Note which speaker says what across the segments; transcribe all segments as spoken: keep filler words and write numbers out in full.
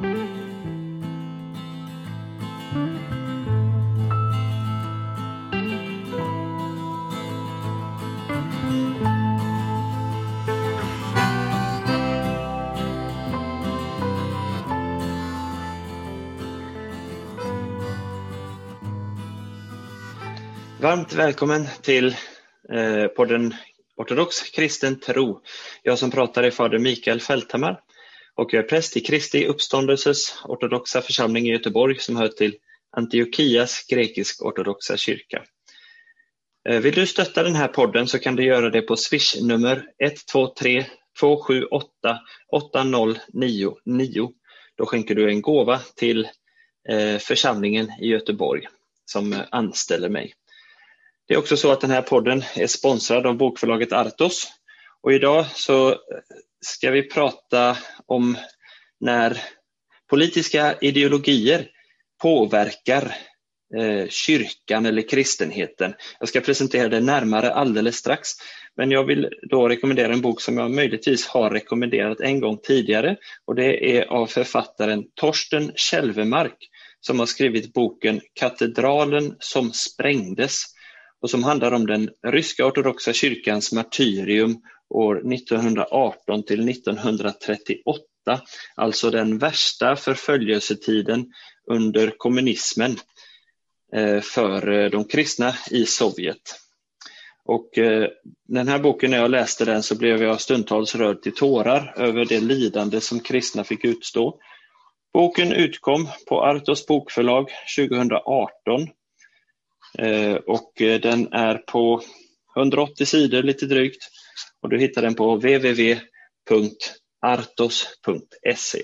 Speaker 1: Varmt välkommen till eh, podden Ortodox kristen tro. Jag som pratar är fader Mikael Fälthammar och jag är präst i Kristi uppståndelses ortodoxa församling i Göteborg som hör till Antiochias grekisk-ortodoxa kyrka. Eh, vill du stötta den här podden så kan du göra det på Swish-nummer ett två tre två sju åtta åtta noll nio nio. Då skänker du en gåva till eh, församlingen i Göteborg som anställer mig. Det är också så att den här podden är sponsrad av bokförlaget Artos. Och idag så ska vi prata om när politiska ideologier påverkar eh, kyrkan eller kristenheten. Jag ska presentera det närmare alldeles strax. Men jag vill då rekommendera en bok som jag möjligtvis har rekommenderat en gång tidigare. Och det är av författaren Torsten Kälvemark som har skrivit boken Katedralen som sprängdes. Och som handlar om den ryska ortodoxa kyrkans martyrium år nittonhundraarton till nittonhundratrettioåtta. Alltså den värsta förföljelsetiden under kommunismen för de kristna i Sovjet. Och den här boken, när jag läste den så blev jag stundtals rörd till tårar över det lidande som kristna fick utstå. Boken utkom på Artos bokförlag tjugohundraarton. Och den är på hundraåttio sidor lite drygt och du hittar den på w w w punkt artos punkt se.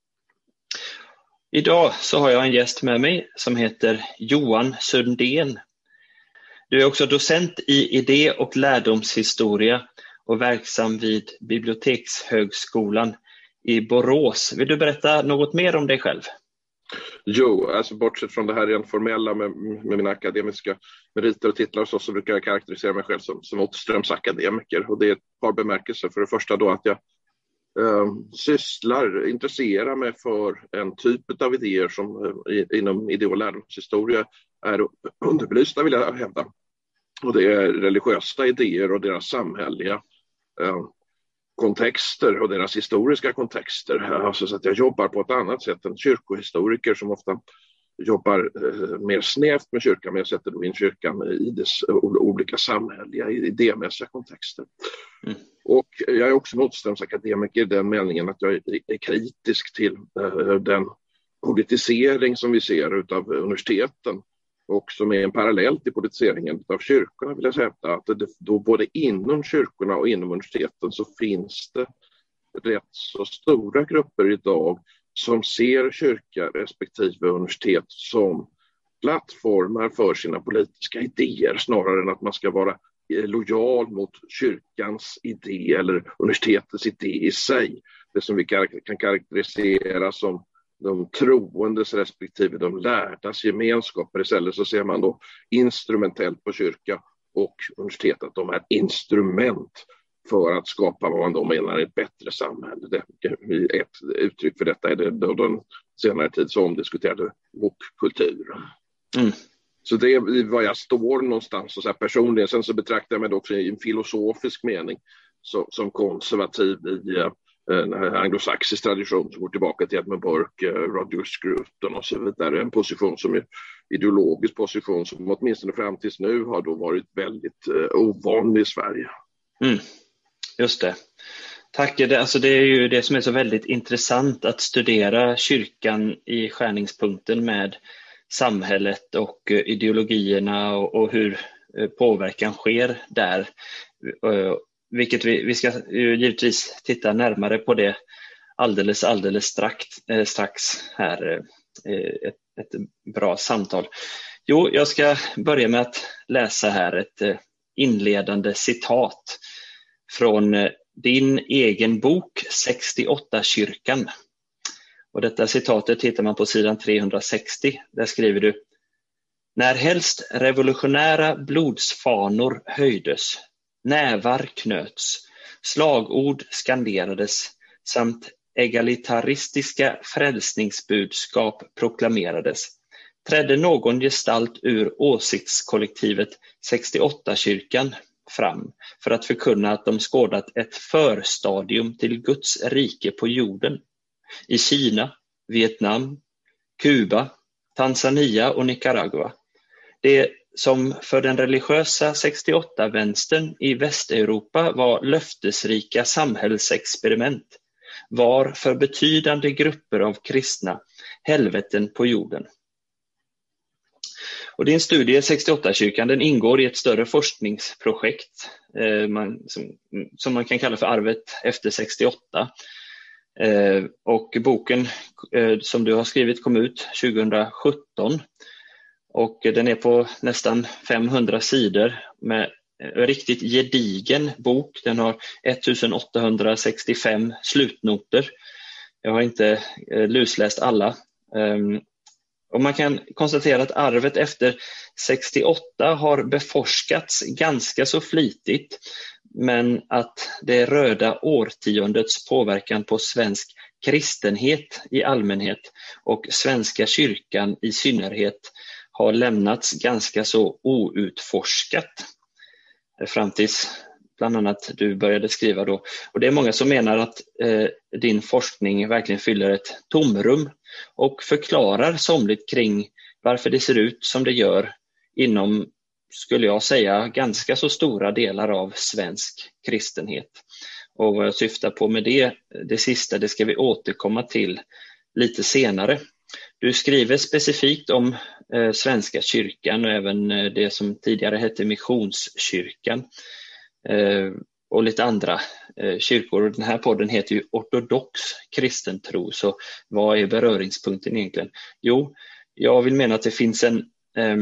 Speaker 1: Idag så har jag en gäst med mig som heter Johan Sundén. Du är också docent i idé- och lärdomshistoria och verksam vid Bibliotekshögskolan i Borås. Vill du berätta något mer om dig själv?
Speaker 2: Jo, alltså bortsett från det här rent formella med, med mina akademiska meriter och titlar och så, så brukar jag karaktärisera mig själv som, som återströmsakademiker. Och det är ett par bemärkelser. För det första då att jag eh, sysslar, intresserar mig för en typ av idéer som eh, inom idé- och lärdomshistoria är underbelysta, vill jag hävda. Och det är religiösa idéer och deras samhälleliga eh, kontexter och deras historiska kontexter. Alltså så att jag jobbar på ett annat sätt än kyrkohistoriker som ofta jobbar eh, mer snävt med kyrkan, men jag sätter då in kyrkan i dess olika samhälleliga, idémässiga kontexter. Mm. Och jag är också motståndsakademiker i den meningen att jag är kritisk till eh, den politisering som vi ser utav universiteten och som är en parallell till politiseringen av kyrkorna, vill jag säga att det då både inom kyrkorna och inom universiteten så finns det rätt så stora grupper idag som ser kyrka respektive universitet som plattformar för sina politiska idéer snarare än att man ska vara lojal mot kyrkans idé eller universitetets idé i sig. Det som vi kan karaktärisera som de troendes respektive de lärdas gemenskaper. Istället så ser man då instrumentellt på kyrka och universitet att de är instrument för att skapa vad man då menar är ett bättre samhälle. Det, ett uttryck för detta är det då den senare tid så omdiskuterade woke-kulturen. Mm. Så det är var jag står någonstans och så här personligen. Sen så betraktar jag mig också i en filosofisk mening så, som konservativ i en anglosaxisk tradition som går tillbaka till Edmund Burke, Roger Scruton och så vidare. En position som är ideologisk position som åtminstone fram tills nu har då varit väldigt uh, ovanlig i Sverige.
Speaker 1: Mm. Just det. Tack. Det, alltså det är ju det som är så väldigt intressant att studera kyrkan i skärningspunkten med samhället och ideologierna och, och hur påverkan sker där. Vilket vi, vi ska givetvis titta närmare på det alldeles, alldeles strax, eh, strax här. Eh, ett, ett bra samtal. Jo, jag ska börja med att läsa här ett eh, inledande citat från eh, din egen bok sextioåtta-kyrkan. Och detta citatet hittar man på sidan trehundrasextio. Där skriver du: När helst revolutionära blodsfanor höjdes, nävar knöts, slagord skanderades samt egalitaristiska frälsningsbudskap proklamerades, trädde någon gestalt ur åsiktskollektivet sextioåtta-kyrkan fram för att förkunna att de skådat ett förstadium till Guds rike på jorden. I Kina, Vietnam, Kuba, Tanzania och Nicaragua. Det som för den religiösa sextioåtta-vänstern i Västeuropa var löftesrika samhällsexperiment var för betydande grupper av kristna helveten på jorden. Och din studie sextioåtta-kyrkan den ingår i ett större forskningsprojekt eh, man, som, som man kan kalla för arvet efter sextioåtta. Eh, och boken eh, som du har skrivit kom ut tjugohundrasjutton och den är på nästan femhundra sidor med en riktigt gedigen bok. Den har ettusenåttahundrasextiofem slutnoter. Jag har inte eh, lusläst alla. Um, och man kan konstatera att arvet efter sextioåtta har beforskats ganska så flitigt, men att det röda årtiondets påverkan på svensk kristenhet i allmänhet och svenska kyrkan i synnerhet har lämnats ganska så outforskat fram tills bland annat du började skriva då. Och det är många som menar att eh, din forskning verkligen fyller ett tomrum och förklarar somligt kring varför det ser ut som det gör inom, skulle jag säga, ganska så stora delar av svensk kristenhet. Och vad jag syftar på med det, det sista, det ska vi återkomma till lite senare. Du skriver specifikt om eh, Svenska kyrkan och även eh, det som tidigare hette Missionskyrkan eh, och lite andra eh, kyrkor. Den här podden heter ju Ortodox kristen tro, så vad är beröringspunkten egentligen? Jo, jag vill mena att det finns en eh,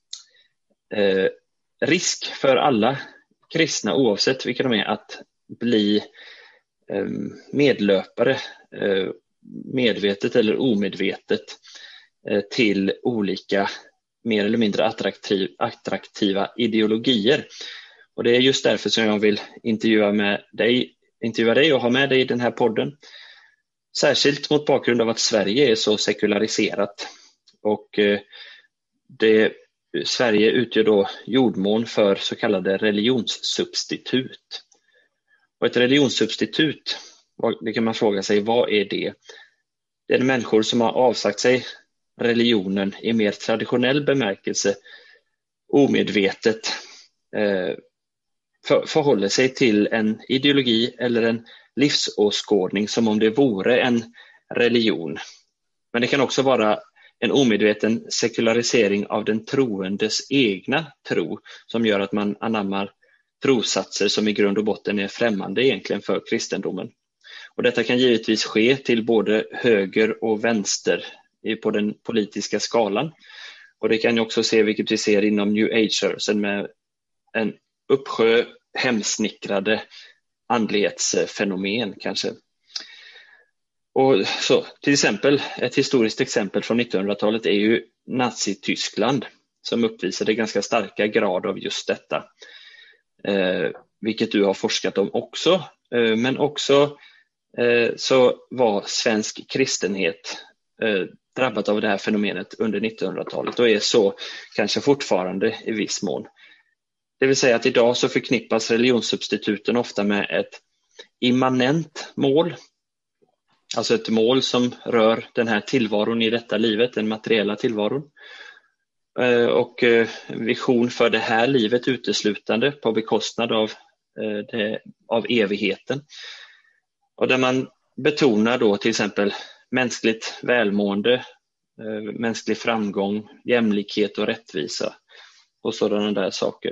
Speaker 1: eh, risk för alla kristna, oavsett vilka de är, att bli eh, medlöpare eh, medvetet eller omedvetet till olika mer eller mindre attraktiv, attraktiva ideologier. Och det är just därför som jag vill intervjua, med dig, intervjua dig och ha med dig i den här podden. Särskilt mot bakgrund av att Sverige är så sekulariserat. Och det, Sverige utgör då jordmån för så kallade religionssubstitut. Och ett religionssubstitut, det kan man fråga sig, vad är det? Det är människor som har avsagt sig religionen i mer traditionell bemärkelse, omedvetet eh, för, förhåller sig till en ideologi eller en livsåskådning som om det vore en religion. Men det kan också vara en omedveten sekularisering av den troendes egna tro som gör att man anammar trossatser som i grund och botten är främmande egentligen för kristendomen. Och detta kan givetvis ske till både höger och vänster på den politiska skalan. Och det kan ju också se, vilket vi ser inom New Age-rörelsen, med en uppsjö hemsnickrade andlighetsfenomen kanske. Och så, till exempel, ett historiskt exempel från nittonhundratalet är ju Nazityskland, som uppvisade ganska starka grad av just detta. Eh, vilket du har forskat om också, eh, men också eh, så var svensk kristenhet eh, drabbat av det här fenomenet under nittonhundratalet och är så kanske fortfarande i viss mån. Det vill säga att idag så förknippas religionssubstituten ofta med ett immanent mål, alltså ett mål som rör den här tillvaron i detta livet, den materiella tillvaron. Och vision för det här livet uteslutande på bekostnad av, det, av evigheten. Och där man betonar då till exempel mänskligt välmående, mänsklig framgång, jämlikhet och rättvisa och sådana där saker.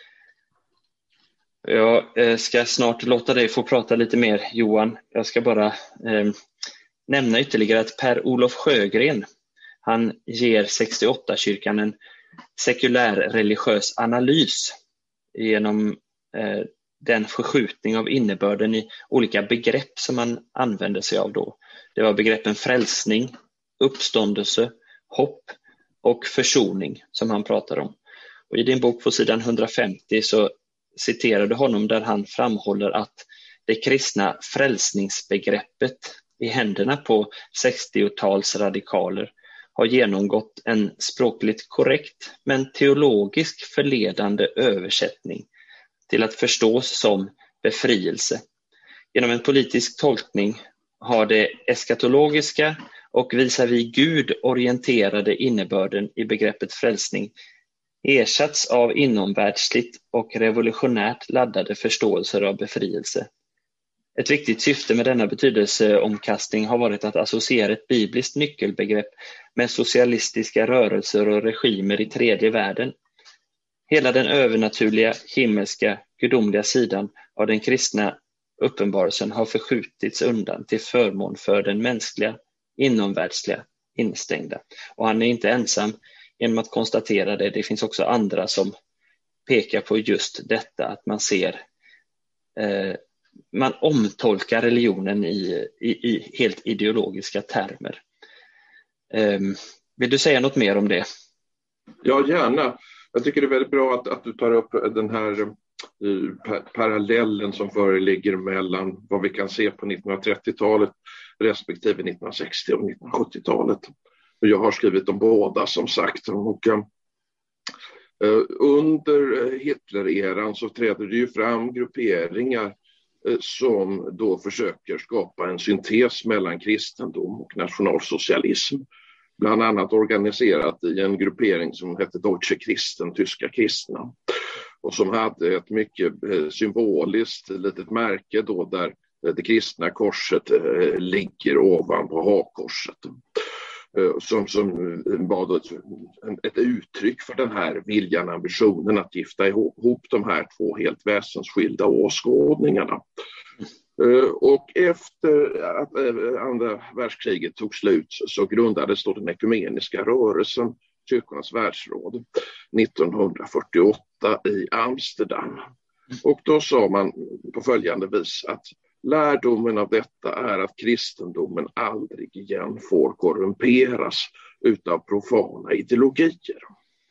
Speaker 1: Jag ska snart låta dig få prata lite mer, Johan. Jag ska bara eh, nämna ytterligare att Per-Olof Sjögren, han ger sextioåtta-kyrkan en sekulär religiös analys genom eh, den förskjutning av innebörden i olika begrepp som man använde sig av då. Det var begreppen frälsning, uppståndelse, hopp och försoning som han pratar om. Och i din bok på sidan hundrafemtio så citerar du honom där han framhåller att det kristna frälsningsbegreppet i händerna på sextiotals radikaler har genomgått en språkligt korrekt men teologisk förledande översättning till att förstås som befrielse. Genom en politisk tolkning har det eskatologiska och visavi Gud orienterade innebörden i begreppet frälsning ersatts av inomvärldsligt och revolutionärt laddade förståelser av befrielse. Ett viktigt syfte med denna betydelseomkastning har varit att associera ett bibliskt nyckelbegrepp med socialistiska rörelser och regimer i tredje världen. Hela den övernaturliga, himmelska, gudomliga sidan av den kristna uppenbarelsen har förskjutits undan till förmån för den mänskliga, inomvärldsliga, instängda. Och han är inte ensam genom att konstatera det. Det finns också andra som pekar på just detta, att man ser eh, man omtolkar religionen i, i, i helt ideologiska termer. Eh, vill du säga något mer om det?
Speaker 2: Ja, gärna. Jag tycker det är väldigt bra att, att du tar upp den här uh, parallellen som föreligger mellan vad vi kan se på nittonhundratrettiotalet respektive nittonhundrasextio- och nittonhundrasjuttiotalet. Jag har skrivit om båda som sagt. Och, uh, under Hitler-eran så träder det ju fram grupperingar uh, som då försöker skapa en syntes mellan kristendom och nationalsocialism. Bland annat organiserat i en gruppering som hette Deutsche Christen, tyska kristna. Och som hade ett mycket uh, symboliskt litet märke då där uh, det kristna korset uh, ligger ovanpå hakkorset. Som, som var ett, ett uttryck för den här viljan, ambitionen att gifta ihop de här två helt väsensskilda åskådningarna. Och efter att andra världskriget tog slut så grundades då den ekumeniska rörelsen, Kyrkornas världsråd, nittonhundrafyrtioåtta i Amsterdam. Och då sa man på följande vis att lärdomen av detta är att kristendomen aldrig igen får korrumperas utav profana ideologier.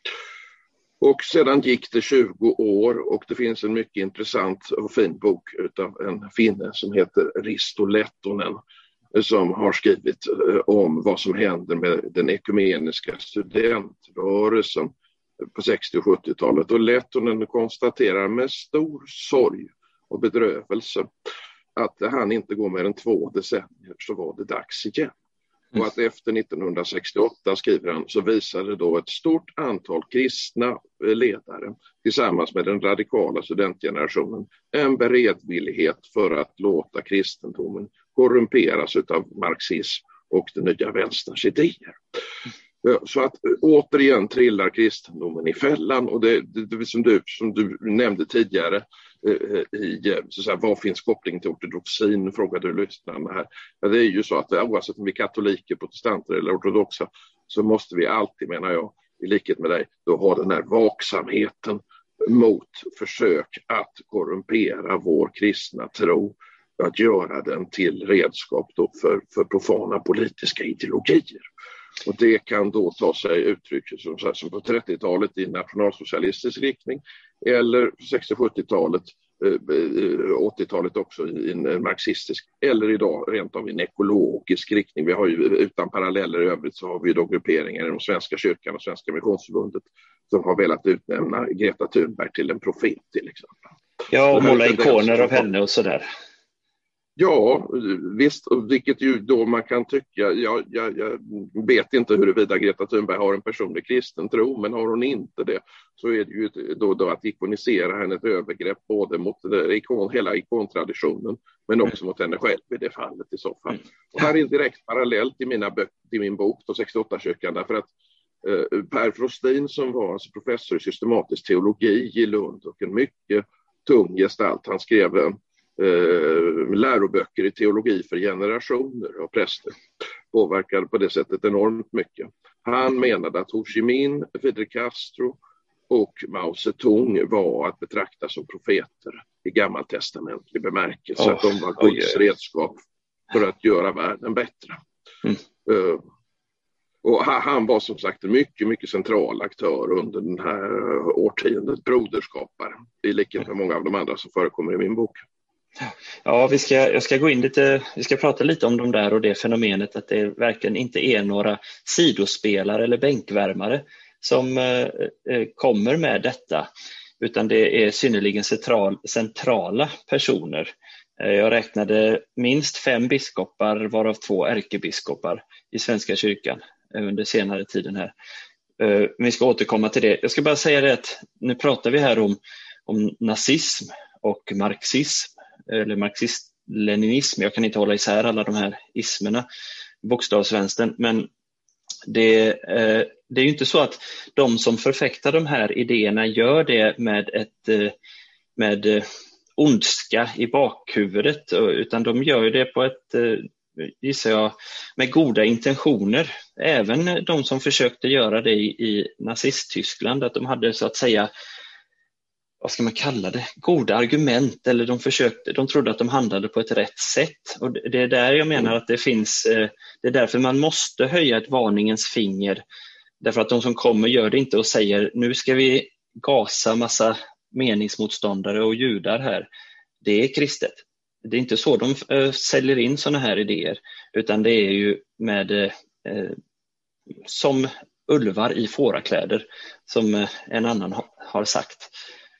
Speaker 2: Och sedan gick det tjugo år och det finns en mycket intressant och fin bok utav en finne som heter Risto Lettonen som har skrivit om vad som händer med den ekumeniska studentrörelsen på sextio- och sjuttiotalet. Och Lettonen konstaterar med stor sorg och bedrövelse att han inte går mer än två decennier så var det dags igen. Och att efter nittonhundrasextioåtta, skriver han, så visade då ett stort antal kristna ledare tillsammans med den radikala studentgenerationen en beredvillighet för att låta kristendomen korrumperas av marxism och den nya vänsterns idéer. Så att återigen trillar kristendomen i fällan och det, det, det som, du, som du nämnde tidigare i så att säga, vad finns koppling till ortodoxin, frågade du lyssnarna här. Ja, det är ju så att oavsett om vi är katoliker, protestanter eller ortodoxa så måste vi alltid, menar jag, i likhet med dig, då ha den här vaksamheten mot försök att korrumpera vår kristna tro, att göra den till redskap då för, för profana politiska ideologier. Och det kan då ta sig uttryck som, som på trettiotalet i nationalsocialistisk riktning eller sextio-sjuttiotalet, eh, åttiotalet också i en marxistisk eller idag rent av i en ekologisk riktning. Vi har ju utan paralleller i övrigt så har vi då grupperingar i de svenska kyrkan och Svenska missionsförbundet som har velat utnämna Greta Thunberg till en profet till exempel.
Speaker 1: Ja, och måla ikoner av henne och sådär.
Speaker 2: Ja, visst, vilket ju då man kan tycka, jag, jag, jag vet inte huruvida Greta Thunberg har en personlig kristen tro, men har hon inte det så är det ju då, då att ikonisera henne ett övergrepp både mot ikon, hela ikontraditionen men också mot henne själv i det fallet i så fall. Och här är en direkt parallell till, mina bö- till min bok då sextioåtta-kyrkan därför att eh, Per Frostin som var alltså professor i systematisk teologi i Lund och en mycket tung gestalt, han skrev en Eh, läroböcker i teologi för generationer av präster påverkade på det sättet enormt mycket. Han menade att Ho Chi Minh, Fidel Castro och Mao Zedong var att betrakta som profeter i gammaltestamentlig bemärkelse, oh, att de var Guds oh, redskap för att göra världen bättre. Mm. Uh, och han var som sagt en mycket, mycket central aktör under den här årtiondet, broderskapare, i likhet med många av de andra som förekommer i min bok.
Speaker 1: Ja, vi ska, jag ska gå in lite, vi ska prata lite om de där och det fenomenet att det verkligen inte är några sidospelare eller bänkvärmare som eh, kommer med detta, utan det är synnerligen central, centrala personer. Eh, jag räknade minst fem biskopar, varav två ärkebiskopar i Svenska kyrkan under senare tiden här. Eh, vi ska återkomma till det. Jag ska bara säga det att nu pratar vi här om, om nazism och marxism, eller marxist-leninism. Jag kan inte hålla isär alla de här ismerna, bokstavsvänstern, men det, eh, det är ju inte så att de som förfäktar de här idéerna gör det med ett eh, med eh, ondska i bakhuvudet, utan de gör det på ett, eh, gissar jag, med goda intentioner. Även de som försökte göra det i, i nazist-Tyskland, att de hade så att säga, vad ska man kalla det, goda argument, eller de försökte, de trodde att de handlade på ett rätt sätt. Och det är där jag menar att det finns, det är därför man måste höja ett varningens finger, därför att de som kommer gör det inte och säger nu ska vi gasa massa meningsmotståndare och judar här. Det är kristet. Det är inte så de äh, säljer in såna här idéer, utan det är ju med äh, som ulvar i fårakläder, som äh, en annan ha, har sagt.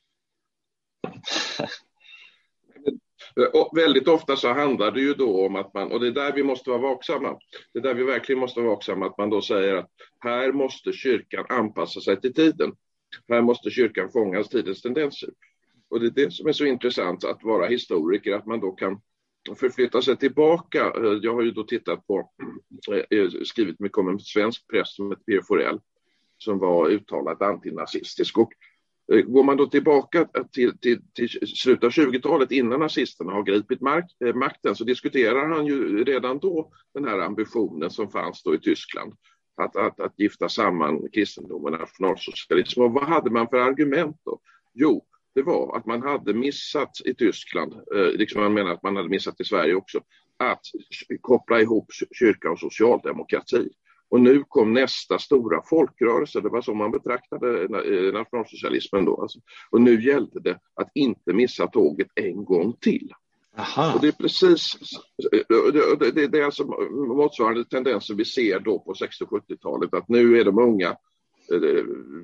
Speaker 2: Och väldigt ofta så handlar det ju då om att man, och det är där vi måste vara vaksamma, det är där vi verkligen måste vara vaksamma, att man då säger att här måste kyrkan anpassa sig till tiden, här måste kyrkan fånga tidens tendenser. Och det är det som är så intressant att vara historiker, att man då kan förflytta sig tillbaka. Jag har ju då tittat på, skrivit mycket om en svensk präst som heter Pierre Forell, som var uttalat antinazistisk, och går man då tillbaka till, till, till slutet av tjugotalet, innan nazisterna har gripit mark, eh, makten, så diskuterar han ju redan då den här ambitionen som fanns då i Tyskland, att, att, att gifta samman kristendom och nationalsocialism. Och vad hade man för argument då? Jo, det var att man hade missat i Tyskland, eh, liksom man menar att man hade missat i Sverige också, att koppla ihop kyrka och socialdemokrati. Och nu kom nästa stora folkrörelse, det var så man betraktade nationalsocialismen då. Alltså. Och nu gällde det att inte missa tåget en gång till.
Speaker 1: Aha.
Speaker 2: Och det är precis, det, det, det är alltså motsvarande tendenser vi ser då på sextio- och sjuttiotalet, att nu är de unga, eh,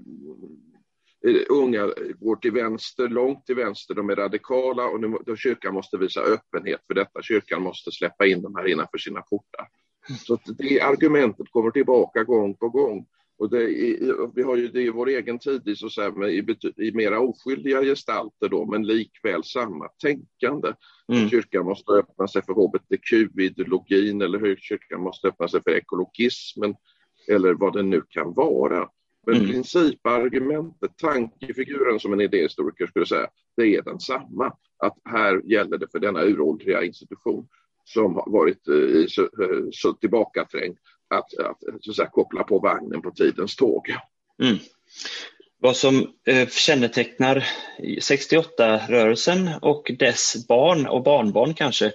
Speaker 2: unga går till vänster, långt till vänster, de är radikala, och nu, då kyrkan måste visa öppenhet för detta, kyrkan måste släppa in dem här innanför sina portar. Så att det argumentet kommer tillbaka gång på gång. Och det är, vi har ju det i vår egen tid i, så så här, med, i, i mera oskyldiga gestalter då, men likväl samma tänkande. Mm. Kyrkan måste öppna sig för H B T Q-ideologin, eller hur kyrkan måste öppna sig för ekologismen, eller vad det nu kan vara. Men mm. principargumentet, tankefiguren som en idéhistoriker skulle säga, det är den samma. Att här gäller det för denna uråldriga institution som har varit eh, så, så tillbakaträngd att, att så att säga, koppla på vagnen på tidens tåg.
Speaker 1: Mm. Vad som eh, kännetecknar sextioåtta-rörelsen och dess barn och barnbarn kanske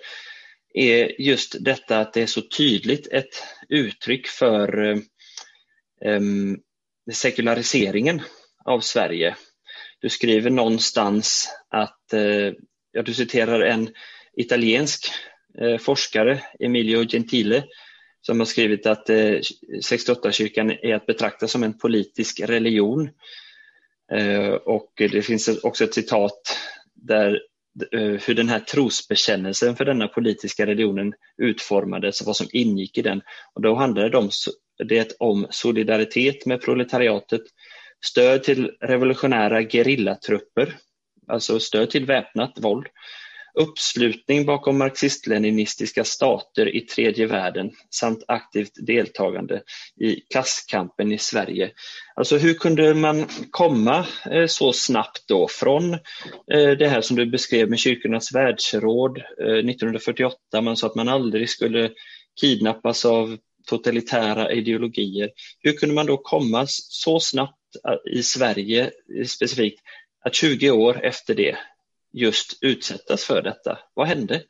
Speaker 1: är just detta att det är så tydligt ett uttryck för eh, eh, sekulariseringen av Sverige. Du skriver någonstans att, eh, ja, du citerar en italiensk eh, forskare, Emilio Gentile, som har skrivit att eh, sextioåtta-kyrkan är att betrakta som en politisk religion. Eh, och det finns också ett citat där eh, hur den här trosbekännelsen för denna politiska religionen utformades och vad som ingick i den. Och då handlade det om, det om solidaritet med proletariatet, stöd till revolutionära gerillatrupper, alltså stöd till väpnat våld, uppslutning bakom marxist-leninistiska stater i tredje världen samt aktivt deltagande i klasskampen i Sverige. Alltså hur kunde man komma eh, så snabbt då från eh, det här som du beskrev med kyrkornas världsråd eh, nittonhundrafyrtioåtta, man sa att man aldrig skulle kidnappas av totalitära ideologier. Hur kunde man då komma så snabbt i Sverige specifikt att tjugo år efter det just utsättas för detta? Vad hände?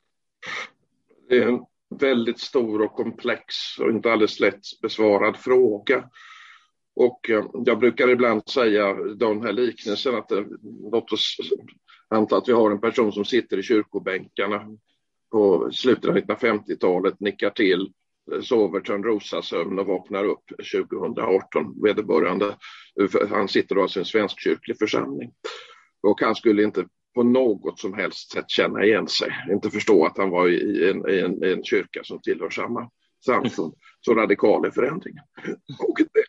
Speaker 2: Det är en väldigt stor och komplex och inte alldeles lätt besvarad fråga. Och jag brukar ibland säga den här liknelsen att låt oss Anta att vi har en person som sitter i kyrkobänkarna på slutet av nittonhundrafemtiotalet, nickar till, sover Törnrosasömn och vaknar upp tjugohundraarton vederbörande. Han sitter då alltså i en svenskkyrklig församling. Och han skulle inte på något som helst sätt känna igen sig. Inte förstå att han var i en, i en, i en kyrka som tillhör samma samfund. Så radikal är förändringen. Och det,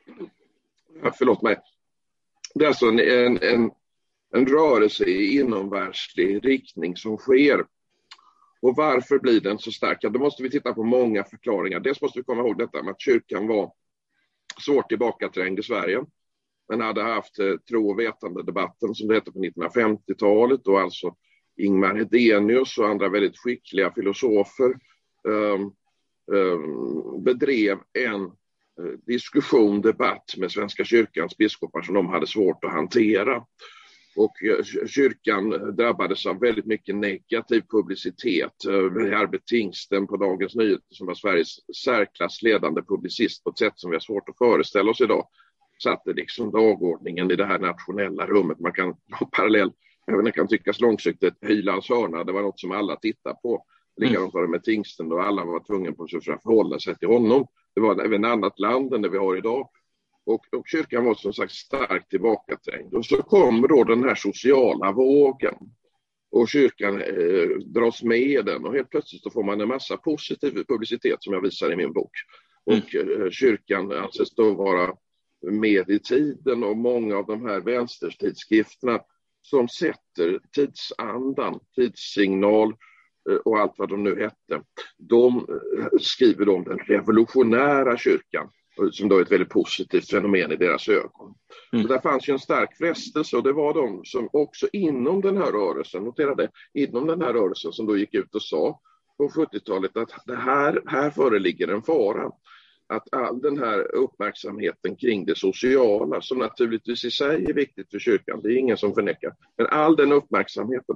Speaker 2: förlåt mig. Det är alltså en, en, en, en rörelse i inomvärldslig riktning som sker. Och varför blir den så stark? Ja, då måste vi titta på många förklaringar. Dels måste vi komma ihåg detta med att kyrkan var svårt tillbakaträngd i Sverige. Den hade haft eh, tro- och vetande-debatten som det hette på nittonhundrafemtiotalet. Och alltså Ingmar Hedenius och andra väldigt skickliga filosofer eh, eh, bedrev en eh, diskussion, debatt med Svenska kyrkans biskopar som de hade svårt att hantera. Och kyrkan drabbades av väldigt mycket negativ publicitet. Herbert Tingsten på Dagens Nyheter, som var Sveriges särklass ledande publicist på ett sätt som vi har svårt att föreställa oss idag, satte liksom dagordningen i det här nationella rummet. Man kan parallell, även det kan tyckas långsiktigt, Hylands hörna, det var något som alla tittar på. Likadant var det med Tingsten då alla var tvungna på sig för att förhålla sig till honom. Det var även ett annat land än det vi har idag. Och, och kyrkan var som sagt starkt tillbakaträngd. Och så kommer då den här sociala vågen. Och kyrkan eh, dras med den. Och helt plötsligt så får man en massa positiv publicitet som jag visar i min bok. Och eh, kyrkan anses då vara med i tiden. Och många av de här vänstertidskrifterna som sätter tidsandan, tidssignal eh, och allt vad de nu hette. De eh, skriver om den revolutionära kyrkan. Som då är ett väldigt positivt fenomen i deras ögon. Mm. Så där fanns ju en stark frestelse, och det var de som också inom den här rörelsen, notera det, inom den här rörelsen som då gick ut och sa på sjuttiotalet att det här, här föreligger en fara. Att all den här uppmärksamheten kring det sociala, som naturligtvis i sig är viktigt för kyrkan, det är ingen som förnekar, men all den uppmärksamheten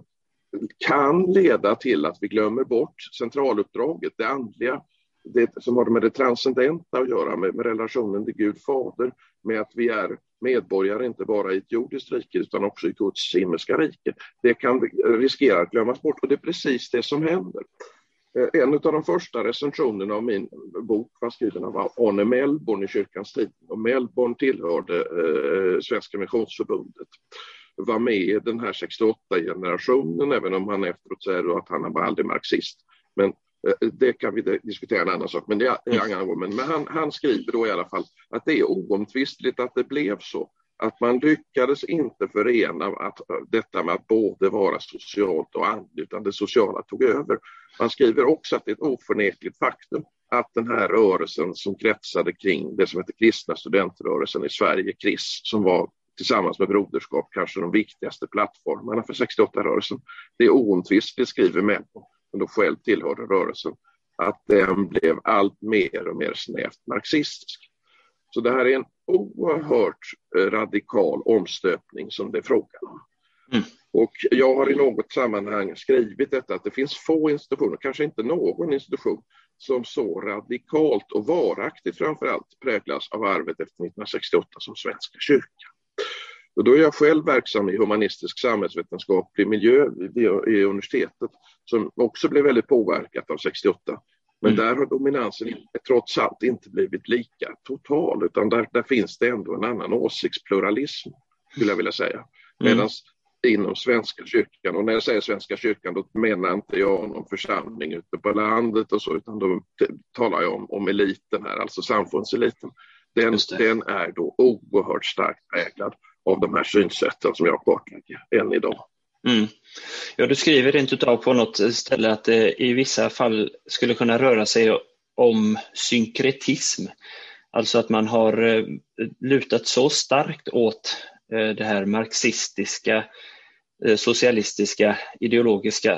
Speaker 2: kan leda till att vi glömmer bort centraluppdraget, det andliga, det som har med det transcendenta att göra, med, med relationen till Gud Fader, med att vi är medborgare inte bara i ett jordiskt rike utan också i Guds himmelska rike. Det kan riskera att glömmas bort, och det är precis det som händer. En av de första recensionerna av min bok var skriven av Arne Mellborn i Kyrkans tid. Och Mellborn tillhörde eh, Svenska Missionsförbundet. Var med i den här sextioåtta-generationen, även om han efteråt säger att han var aldrig marxist. Men det kan vi diskutera en annan sak, men det är en annan gång. Men han, han skriver då i alla fall att det är oomtvistligt att det blev så. Att man lyckades inte förena att, detta med att både vara socialt och andligt, utan det sociala tog över. Man skriver också att det är ett oförnekligt faktum att den här rörelsen som kretsade kring det som heter kristna studentrörelsen i Sverige, K R I S, som var tillsammans med Broderskap kanske de viktigaste plattformarna för sextioåtta-rörelsen. Det är oomtvistligt, skriver Mellborn, som då själv tillhörde rörelsen, att den blev allt mer och mer snävt marxistisk. Så det här är en oerhört radikal omstöpning som det är frågan om. Mm. Och jag har i något sammanhang skrivit detta, att det finns få institutioner, kanske inte någon institution, som så radikalt och varaktigt framförallt präglas av arvet efter nittonhundrasextioåtta som Svenska kyrkan. Och då är jag själv verksam i humanistisk samhällsvetenskaplig miljö i universitetet, som också blev väldigt påverkat av sextioåtta. Men mm. där har dominansen trots allt inte blivit lika total, utan där, där finns det ändå en annan åsiktspluralism, skulle jag vilja säga. Medan mm. inom Svenska kyrkan, och när jag säger Svenska kyrkan då menar inte jag någon församling ute på landet och så, utan då talar jag om, om eliten här, alltså samfundseliten. Den, den är då oerhört starkt präglad av de här synsätten som jag kartlägger än idag.
Speaker 1: Mm. Ja, du skriver rent utav på något ställe att det i vissa fall skulle kunna röra sig om synkretism. Alltså att man har lutat så starkt åt det här marxistiska, socialistiska, ideologiska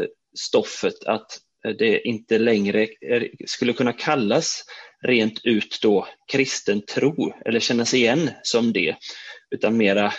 Speaker 1: stoffet att det inte längre skulle kunna kallas rent ut då kristen tro eller kännas igen som det, utan mera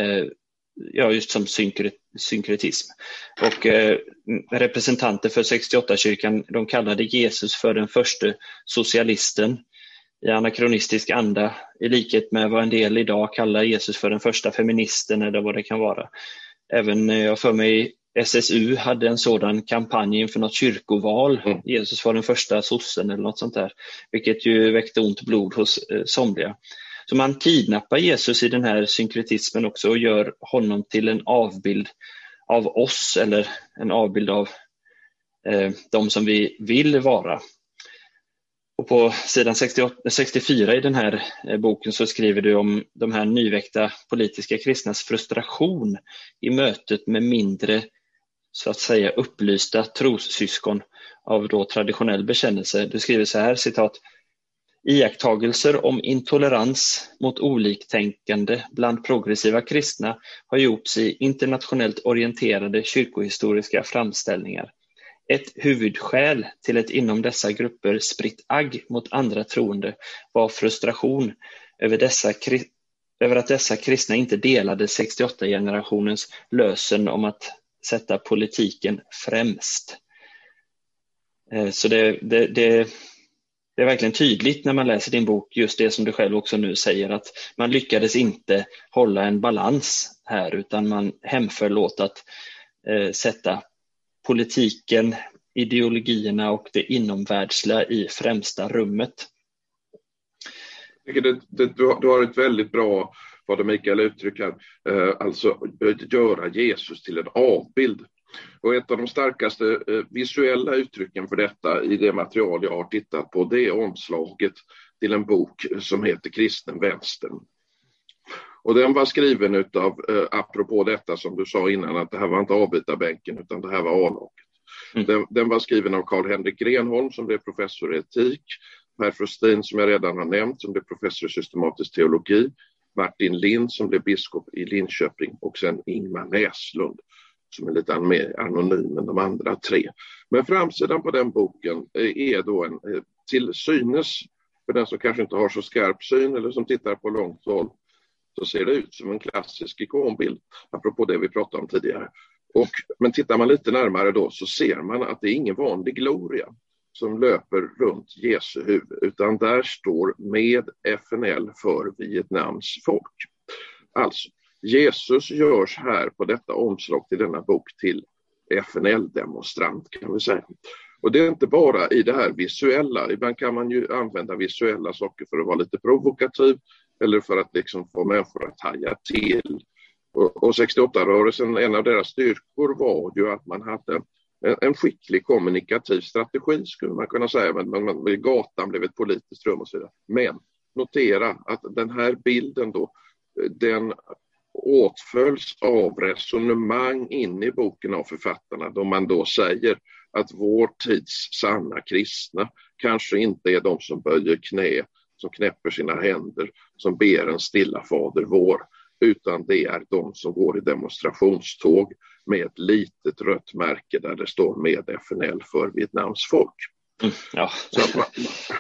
Speaker 1: ja, just som synkret, synkretism. Och eh, representanter för sextioåtta-kyrkan, de kallade Jesus för den första socialisten i anakronistisk anda, i likhet med vad en del idag kallar Jesus för den första feministen eller vad det kan vara. även jag för mig S S U hade en sådan kampanj inför något kyrkoval. Mm. Jesus var den första sossen eller något sånt där, vilket ju väckte ont blod hos eh, somliga. Så man kidnappar Jesus i den här synkretismen också och gör honom till en avbild av oss, eller en avbild av eh, de som vi vill vara. Och på sidan sextioåtta, sextiofyra i den här eh, boken så skriver du om de här nyväckta politiska kristnas frustration i mötet med mindre, så att säga, upplysta trossyskon av då traditionell bekännelse. Du skriver så här, citat: iakttagelser om intolerans mot oliktänkande bland progressiva kristna har gjorts i internationellt orienterade kyrkohistoriska framställningar. Ett huvudskäl till ett inom dessa grupper spritt agg mot andra troende var frustration över, dessa, över att dessa kristna inte delade sextioåtta-generationens lösen om att sätta politiken främst. Så det, det, det, det är verkligen tydligt när man läser din bok, just det som du själv också nu säger, att man lyckades inte hålla en balans här, utan man hemföll åt att eh, sätta politiken, ideologierna och det inomvärldsliga i främsta rummet.
Speaker 2: Det, det, du, har, du har ett väldigt bra, vad det Mikael uttrycker, eh, alltså göra Jesus till en avbild. Och ett av de starkaste eh, visuella uttrycken för detta i det material jag har tittat på, det är omslaget till en bok som heter Kristen vänster. Och den var skriven utav, eh, apropå detta som du sa innan, att det här var inte avbytarbänken utan det här var A-laget. Mm. Den, den var skriven av Carl-Henrik Grenholm som blev professor i etik, Per Frostin som jag redan har nämnt som blev professor i systematisk teologi, Martin Lind som blev biskop i Linköping och sen Ingmar Näslund som är lite mer anonym än de andra tre. Men framsidan på den boken är då en till synes, för den som kanske inte har så skarp syn eller som tittar på långt håll, så ser det ut som en klassisk ikonbild, apropå det vi pratade om tidigare. Och, men tittar man lite närmare då så ser man att det är ingen vanlig gloria som löper runt Jesu huvud, utan där står med F N L för Vietnams folk. Alltså, Jesus görs här på detta omslag till denna bok till F N L-demonstrant kan vi säga. Och det är inte bara i det här visuella, ibland kan man ju använda visuella saker för att vara lite provokativ eller för att liksom få människor att haja till. Och, och sextioåtta-rörelsen, en av deras styrkor var ju att man hade en, en skicklig kommunikativ strategi skulle man kunna säga, men, men, men gatan blev ett politiskt rum och så vidare. Men notera att den här bilden då, den åtföljs av resonemang in i boken av författarna då man då säger att vår tids sanna kristna kanske inte är de som böjer knä, som knäpper sina händer, som ber en stilla fader vår, utan det är de som går i demonstrationståg med ett litet rött märke där det står med F N L för Vietnams folk.
Speaker 1: Mm, ja.
Speaker 2: Så man,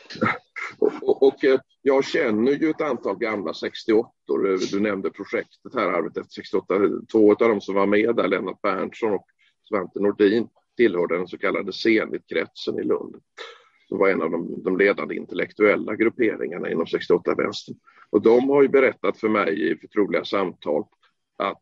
Speaker 2: och, och, och jag känner ju ett antal gamla sextioåttor. Du nämnde projektet här, Arvet efter sextioåtta. Två av dem som var med där, Lennart Berntsson och Svante Nordin, tillhörde den så kallade Zenit-kretsen i Lund. Det var en av de, de ledande intellektuella grupperingarna inom sextioåtta-vänstern. Och de har ju berättat för mig i förtroliga samtal att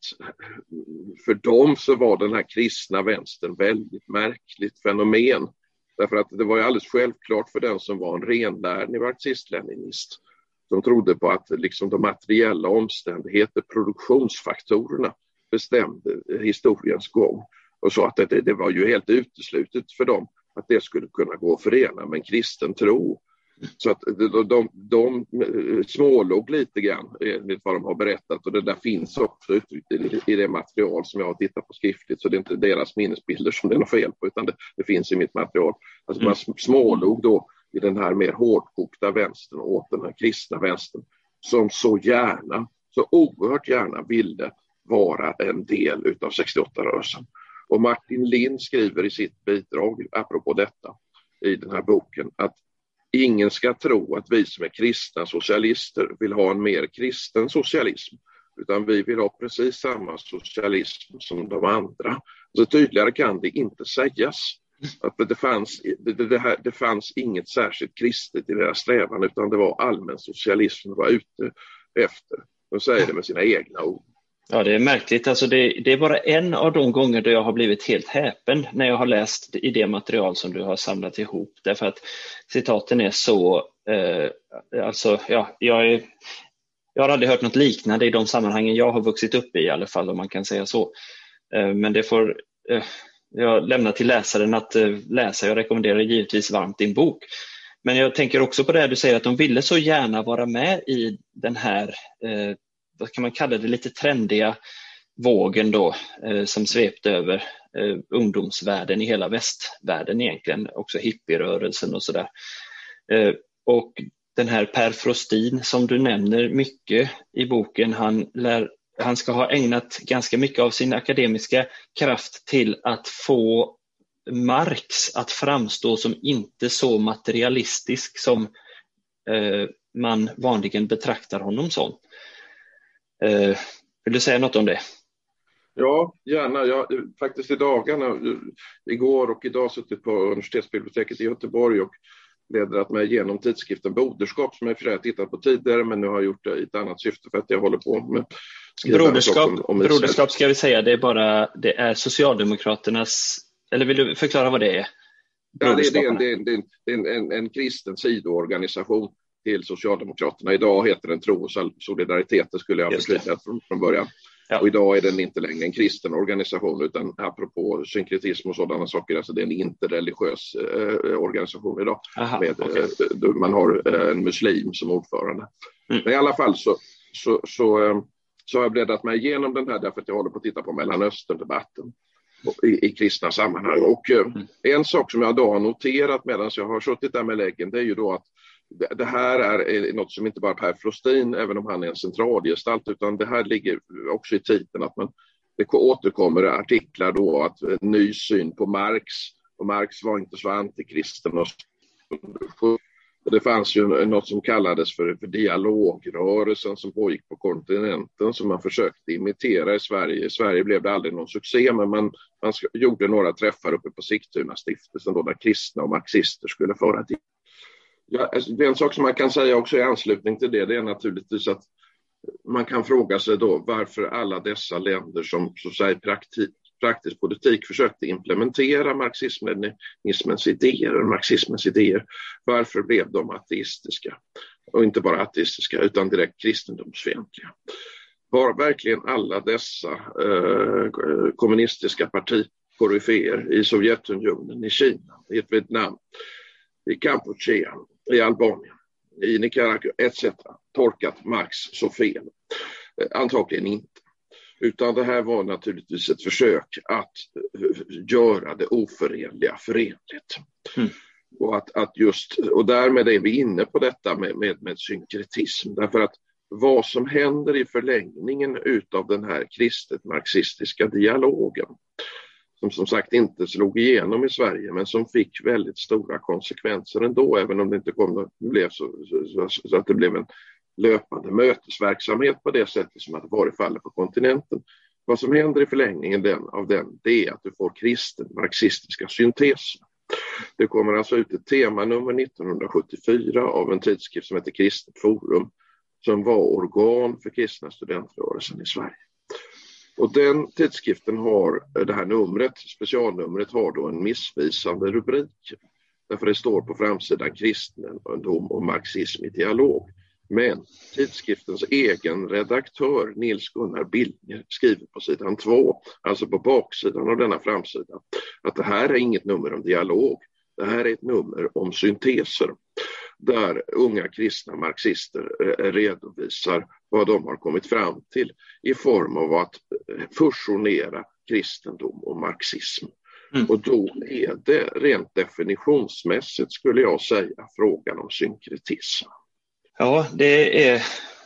Speaker 2: för dem så var den här kristna vänstern väldigt märkligt fenomen. Därför att det var ju alldeles självklart för den som var en renlärd marxist-leninist. De trodde på att liksom de materiella omständigheter, produktionsfaktorerna bestämde historiens gång. Och så att det, det var ju helt uteslutet för dem att det skulle kunna gå att förena med en kristen tro. Så att de, de, de smålåg lite grann enligt vad de har berättat, och det där finns också uttryckt i, i det material som jag har tittat på skriftligt, så det är inte deras minnesbilder som det är något fel på, utan det, det finns i mitt material. Alltså man smålåg då i den här mer hårdkokta vänstern åt den här kristna vänstern som så gärna, så oerhört gärna ville vara en del utav sextioåtta-rörelsen. Och Martin Lind skriver i sitt bidrag apropå detta i den här boken att ingen ska tro att vi som är kristna socialister vill ha en mer kristen socialism, utan vi vill ha precis samma socialism som de andra. Så tydligare kan det inte sägas. Att det, fanns, det, det, här, det fanns inget särskilt kristet i deras strävan, utan det var allmän socialism de var ute efter. De säger det med sina egna ord.
Speaker 1: Ja, det är märkligt. Alltså det, det är bara en av de gånger då jag har blivit helt häpen när jag har läst i det material som du har samlat ihop. Därför att citaten är så... Eh, alltså, ja, jag, är, jag har aldrig hört något liknande i de sammanhangen jag har vuxit upp i i alla fall, om man kan säga så. Eh, men det får eh, jag lämna till läsaren att eh, läsa. Jag rekommenderar givetvis varmt din bok. Men jag tänker också på det du säger, att de ville så gärna vara med i den här... Eh, vad kan man kalla det, lite trendiga vågen då eh, som svepte över eh, ungdomsvärlden i hela västvärlden egentligen, också hippierörelsen och sådär. Eh, och den här Per Frostin som du nämner mycket i boken, han, lär, han ska ha ägnat ganska mycket av sin akademiska kraft till att få Marx att framstå som inte så materialistisk som eh, man vanligen betraktar honom som. Uh, vill du säga något om det?
Speaker 2: Ja, gärna. Jag faktiskt i dagarna, igår och idag suttit på universitetsbiblioteket i Göteborg och ledrat mig genom tidskriften Broderskap som jag för sig tittat på tidigare, men nu har jag gjort det i ett annat syfte för att jag håller på med
Speaker 1: Broderskap, om, om broderskap ska vi säga, det är bara det är Socialdemokraternas, eller vill du förklara vad det är?
Speaker 2: Ja, det, det, är en, det, är en, det är en, en, en kristen sidoorganisation till Socialdemokraterna. Idag heter den Tro och solidaritet, det skulle jag ha förtydligat från, från början. Ja. Och idag är den inte längre en kristen organisation, utan apropå synkretism och sådana saker, alltså det är en interreligiös eh, organisation idag. Aha, med, okay. eh, man har eh, en muslim som ordförande. Mm. Men i alla fall så, så, så, eh, så har jag bläddrat mig igenom den här därför att jag håller på att titta på Mellanöstern-debatten i, i kristna sammanhang. Och eh, mm. en sak som jag då har noterat medan jag har suttit där med läggen, det är ju då att det här är något som inte bara Per Frostin, även om han är en centralgestalt, utan det här ligger också i titeln att man, det återkommer artiklar då att en ny syn på Marx, och Marx var inte så antikristen. Och det fanns ju något som kallades för, för dialogrörelsen som pågick på kontinenten som man försökte imitera i Sverige. I Sverige blev det aldrig någon succé, men man, man gjorde några träffar uppe på Sigtuna stiftelsen då där kristna och marxister skulle föra till. Ja, alltså, det är en sak som man kan säga också i anslutning till det, det är naturligtvis att man kan fråga sig då varför alla dessa länder som så att säga praktik, praktisk politik försökte implementera marxismens idéer, marxismens idéer, varför blev de ateistiska? Och inte bara ateistiska utan direkt kristendomsfientliga. Var verkligen alla dessa eh, kommunistiska partikoryféer i Sovjetunionen, i Kina, i Vietnam, i Kampuchea, i Albanien, i Nicaragua et cetera tolkat Marx så fel? Antagligen inte. Utan det här var naturligtvis ett försök att göra det oförenliga förenligt. Mm. Och, att, att just, och därmed är vi inne på detta med, med, med synkretism. Därför att vad som händer i förlängningen utav den här kristet marxistiska dialogen, som som sagt inte slog igenom i Sverige men som fick väldigt stora konsekvenser ändå, även om det inte kom, blev så, så, så att det blev en löpande mötesverksamhet på det sättet som hade varit fallet på kontinenten. Vad som händer i förlängningen den, av den, det är att du får kristen marxistiska synteser. Det kommer alltså ut ett temanummer nittonhundrasjuttiofyra av en tidskrift som heter Kristet Forum, som var organ för kristna studentrörelsen i Sverige. Och den tidskriften har, det här numret, specialnumret har då en missvisande rubrik. Därför det står på framsidan kristendom och marxism i dialog. Men tidskriftens egen redaktör Nils Gunnar Billner skriver på sidan två, alltså på baksidan av denna framsida, att det här är inget nummer om dialog. Det här är ett nummer om synteser där unga kristna marxister redovisar vad de har kommit fram till i form av att fusionera kristendom och marxism. Mm. Och då är det rent definitionsmässigt, skulle jag säga, frågan om synkretism.
Speaker 1: Ja, det är,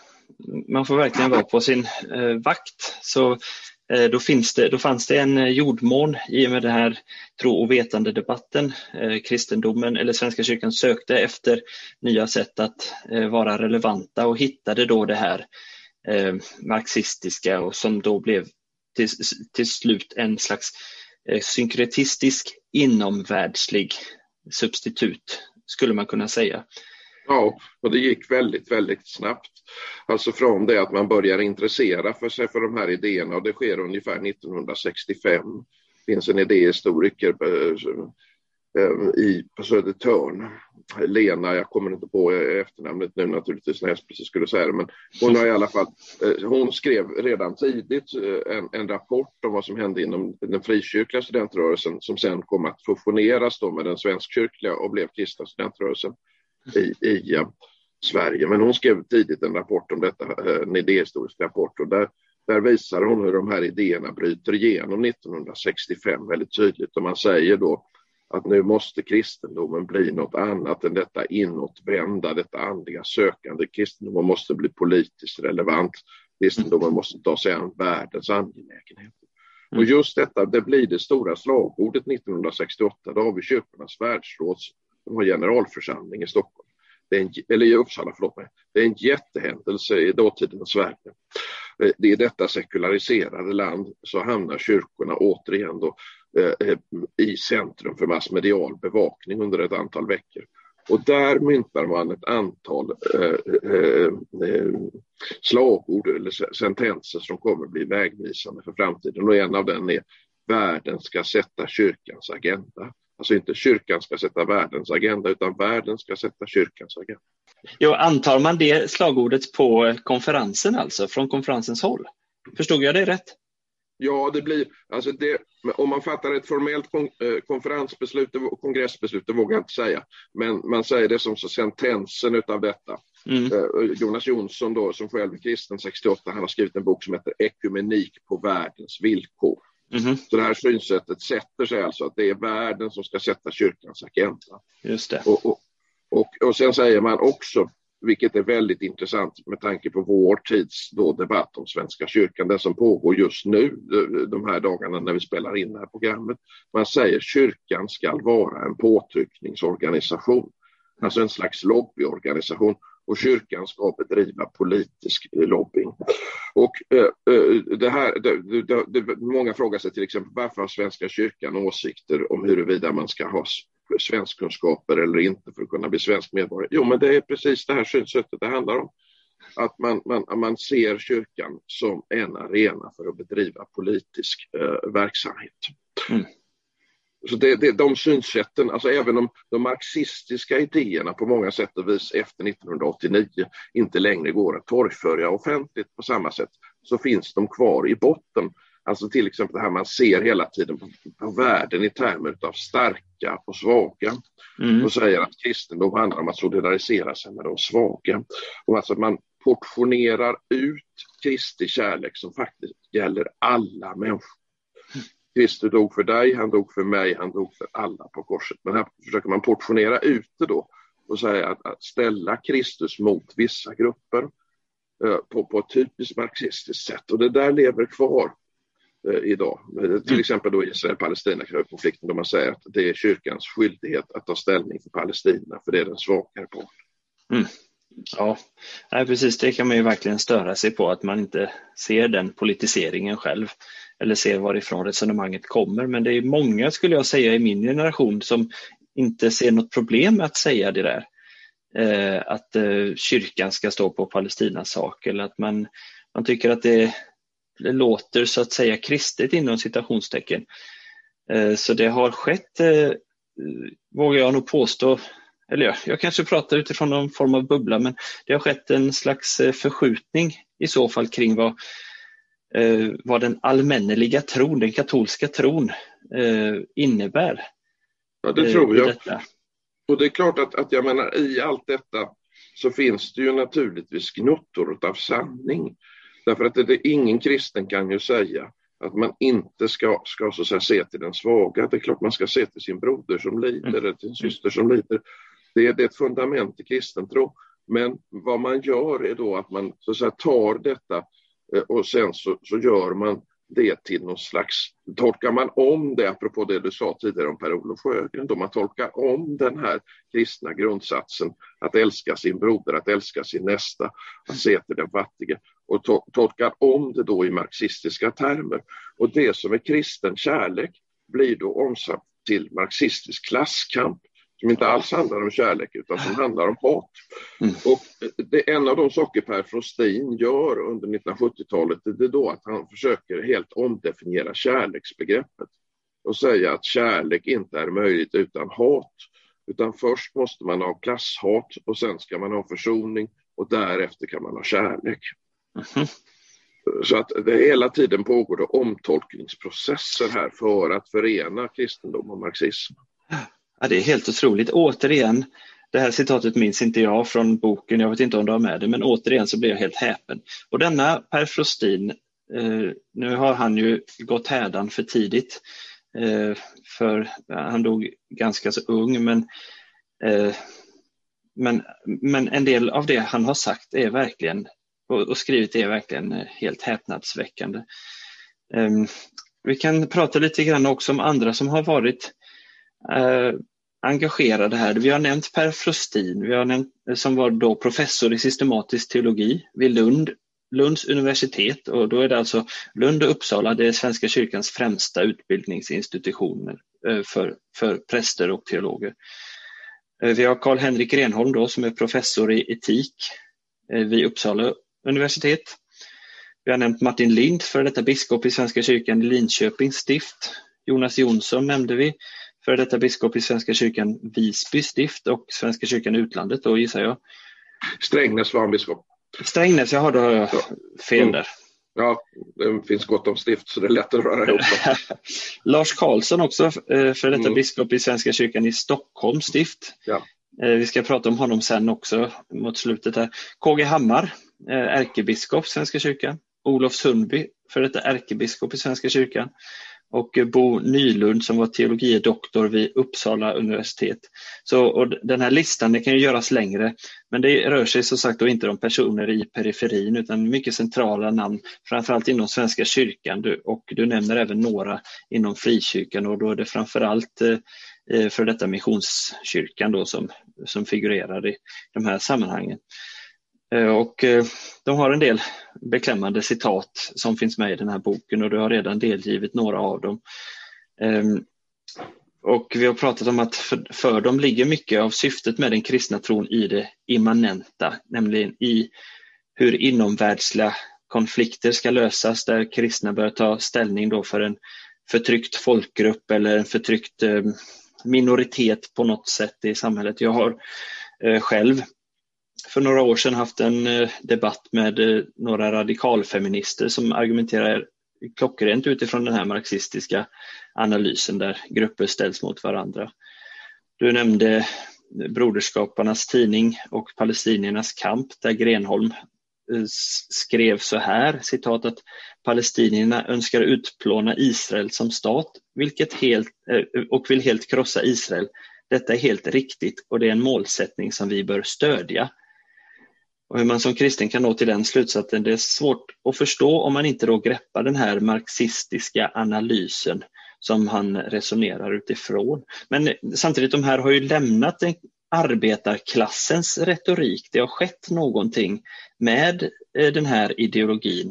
Speaker 1: man får verkligen vara på sin eh, vakt. Så eh, då, finns det, då fanns det en jordmån i och med den här tro- och vetande-debatten. Eh, kristendomen eller Svenska kyrkan sökte efter nya sätt att eh, vara relevanta och hittade då det här eh, marxistiska, och som då blev till, till slut en slags eh, synkretistisk inomvärldslig substitut, skulle man kunna säga.
Speaker 2: Ja, och det gick väldigt, väldigt snabbt. Alltså från det att man börjar intressera för sig för de här idéerna, och det sker ungefär nittonhundrasextiofem. Det finns en idéhistoriker i, på Södertörn, Lena, jag kommer inte på efternamnet nu naturligtvis när jag precis skulle säga det, men hon har i alla fall, hon skrev redan tidigt en, en rapport om vad som hände inom den frikyrkliga studentrörelsen som sen kom att fusioneras då med den svenskkyrkliga och blev kristna studentrörelsen i, i uh, Sverige. Men hon skrev tidigt en rapport om detta, en idéhistorisk rapport, och där, där visar hon hur de här idéerna bryter igenom nittonhundrasextiofem väldigt tydligt, och man säger då att nu måste kristendomen bli något annat än detta inåtvända, detta andliga sökande. Kristendomen måste bli politiskt relevant. Kristendomen måste ta sig an världens angelägenheter. Mm. Och just detta, det blir det stora slagordet nittonhundrasextioåtta. Då har vi Kyrkornas världsråds generalförsamling i Stockholm. Det är en, eller i Uppsala, förlåt mig. Det är en jättehändelse i dåtidens Sverige. Det är detta sekulariserade land så hamnar kyrkorna återigen då eh, i centrum för massmedial bevakning under ett antal veckor. Och där myntar man ett antal eh, eh, slagord eller sentenser som kommer bli vägvisande för framtiden. Och en av dem är: världen ska sätta kyrkans agenda. Alltså inte kyrkan ska sätta världens agenda, utan världen ska sätta kyrkans agenda.
Speaker 1: Jo, antar man det slagordet på konferensen, alltså från konferensens håll? Förstod jag det rätt?
Speaker 2: Ja, det blir, alltså det, om man fattar ett formellt kon, eh, konferensbeslut och kongressbeslut, det vågar jag inte säga. Men man säger det som så sentensen utav detta. Mm. Eh, Jonas Jonsson då, som själv är kristen sextioåtta, han har skrivit en bok som heter Ekumenik på världens villkor. Mm-hmm. Så det här synsättet sätter sig alltså att det är världen som ska sätta kyrkans agenda.
Speaker 1: Just det.
Speaker 2: Och, och, och, och sen säger man också, vilket är väldigt intressant med tanke på vår tids då debatt om Svenska kyrkan, den som pågår just nu, de här dagarna när vi spelar in det här programmet. Man säger kyrkan ska vara en påtryckningsorganisation, alltså en slags lobbyorganisation, och kyrkan ska bedriva politisk lobbying. Och eh, det här, det, det, det, många frågar sig till exempel, varför har Svenska kyrkan åsikter om huruvida man ska ha svenskkunskaper eller inte för att kunna bli svensk medborgare? Jo, men det är precis det här synsättet det handlar om. Att man, man, man ser kyrkan som en arena för att bedriva politisk eh, verksamhet. Mm. Så det, det, de synsätten, alltså även om de marxistiska idéerna på många sätt och vis efter nittonhundraåttionio inte längre går att torgföra offentligt på samma sätt, så finns de kvar i botten. Alltså till exempel det här man ser hela tiden på, på världen i termer av starka och svaga. Mm. Och säger att kristendom handlar om att solidarisera sig med de svaga. Och alltså att man portionerar ut Kristi kärlek som faktiskt gäller alla människor. Kristus dog för dig, han dog för mig, han dog för alla på korset. Men här försöker man portionera ut det då och säga att, att ställa Kristus mot vissa grupper eh, på, på ett typiskt marxistiskt sätt. Och det där lever kvar eh, idag. Till mm. exempel då Israel-Palestina-konflikten, då man säger att det är kyrkans skyldighet att ta ställning för Palestina, för det är den svagare på.
Speaker 1: Mm. Ja, nej, precis. Det kan man ju verkligen störa sig på, att man inte ser den politiseringen själv eller ser varifrån resonemanget kommer. Men det är många, skulle jag säga, i min generation som inte ser något problem med att säga det där. Eh, att eh, kyrkan ska stå på Palestinas sak, eller att man, man tycker att det, det låter så att säga kristet inom citationstecken. Eh, så det har skett, eh, vågar jag nog påstå, eller ja, jag kanske pratar utifrån någon form av bubbla, men det har skett en slags förskjutning i så fall kring vad, eh, vad den allmänneliga tron, den katolska tron eh, innebär.
Speaker 2: Ja, det tror jag. Detta. Och det är klart att, att jag menar, i allt detta så finns det ju naturligtvis gnuttor av sanning. Därför att det, det, ingen kristen kan ju säga att man inte ska, ska så att säga, se till den svaga. Det är klart man ska se till sin broder som lider, mm. eller till sin syster som lider. Det är, det är ett fundament i kristen tro. Men vad man gör är då att man så att säga, tar detta och sen så, så gör man det till någon slags, tolkar man om det, apropå det du sa tidigare om Per-Olof Sjögren, då man tolkar om den här kristna grundsatsen att älska sin broder, att älska sin nästa, att se till den fattige, och to- tolkar om det då i marxistiska termer. Och det som är kristen kärlek blir då omsatt till marxistisk klasskamp. som inte alls handlar om kärlek utan som handlar om hat. Mm. Och det är en av de saker Per Frostin gör under nittonhundrasjuttiotalet, det är då att han försöker helt omdefiniera kärleksbegreppet och säga att kärlek inte är möjligt utan hat, utan först måste man ha klasshat och sen ska man ha försoning och därefter kan man ha kärlek. Mm. Så att det hela tiden pågår det omtolkningsprocesser här för att förena kristendom och marxism.
Speaker 1: Ja, det är helt otroligt. Återigen, det här citatet minns inte jag från boken, jag vet inte om du har med det, men återigen så blir jag helt häpen. Och denna Per Frostin, eh, nu har han ju gått hädan för tidigt, eh, för han dog ganska så ung, men, eh, men, men en del av det han har sagt är verkligen, och, och skrivit är verkligen helt häpnadsväckande. Eh, vi kan prata lite grann också om andra som har varit Uh, engagerade här. Vi har nämnt Per Frostin, vi har nämnt, som var då professor i systematisk teologi vid Lund, Lunds universitet, och då är det alltså Lund och Uppsala, det är Svenska kyrkans främsta utbildningsinstitutioner uh, för, för präster och teologer. Uh, vi har Carl-Henrik Grenholm då som är professor i etik uh, vid Uppsala universitet. Vi har nämnt Martin Lind, för detta biskop i Svenska kyrkan i Linköpings stift. Jonas Jonsson nämnde vi, för detta biskop i Svenska kyrkan Visby stift och Svenska kyrkan i utlandet då, gissar jag.
Speaker 2: Strängnäs var en biskop.
Speaker 1: Strängnäs, jag har då fel mm. där.
Speaker 2: Ja, det finns gott om stift så det är lätt att röra ihop.
Speaker 1: Lars Karlsson också, för detta mm. biskop i Svenska kyrkan i Stockholm stift.
Speaker 2: Ja.
Speaker 1: Vi ska prata om honom sen också mot slutet här. K G Hammar, ärkebiskop i Svenska kyrkan. Olof Sundby, för detta ärkebiskop i Svenska kyrkan. Och Bo Nylund som var teologidoktor vid Uppsala universitet. Så, och den här listan, det kan ju göras längre, men det rör sig så sagt då inte om personer i periferin utan mycket centrala namn, framförallt inom Svenska kyrkan, du, och du nämner även några inom frikyrkan, och då är det framförallt eh, för detta missionskyrkan då som, som figurerar i de här sammanhangen. Och de har en del beklämmande citat som finns med i den här boken, och du har redan delgivit några av dem. Och vi har pratat om att för, för dem ligger mycket av syftet med den kristna tron i det immanenta, nämligen i hur inomvärldsliga konflikter ska lösas, där kristna bör ta ställning då för en förtryckt folkgrupp eller en förtryckt minoritet på något sätt i samhället. Jag har själv för några år sedan haft en eh, debatt med eh, några radikalfeminister som argumenterar klockrent utifrån den här marxistiska analysen där grupper ställs mot varandra. Du nämnde Broderskaparnas tidning och palestiniernas kamp, där Grenholm eh, skrev så här, citat, att palestinierna önskar utplåna Israel som stat, vilket helt, eh, och vill helt krossa Israel. Detta är helt riktigt och det är en målsättning som vi bör stödja. Och hur man som kristen kan nå till den slutsatsen, det är svårt att förstå om man inte då greppar den här marxistiska analysen som han resonerar utifrån. Men samtidigt, de här har ju lämnat en arbetarklassens retorik. Det har skett någonting med den här ideologin.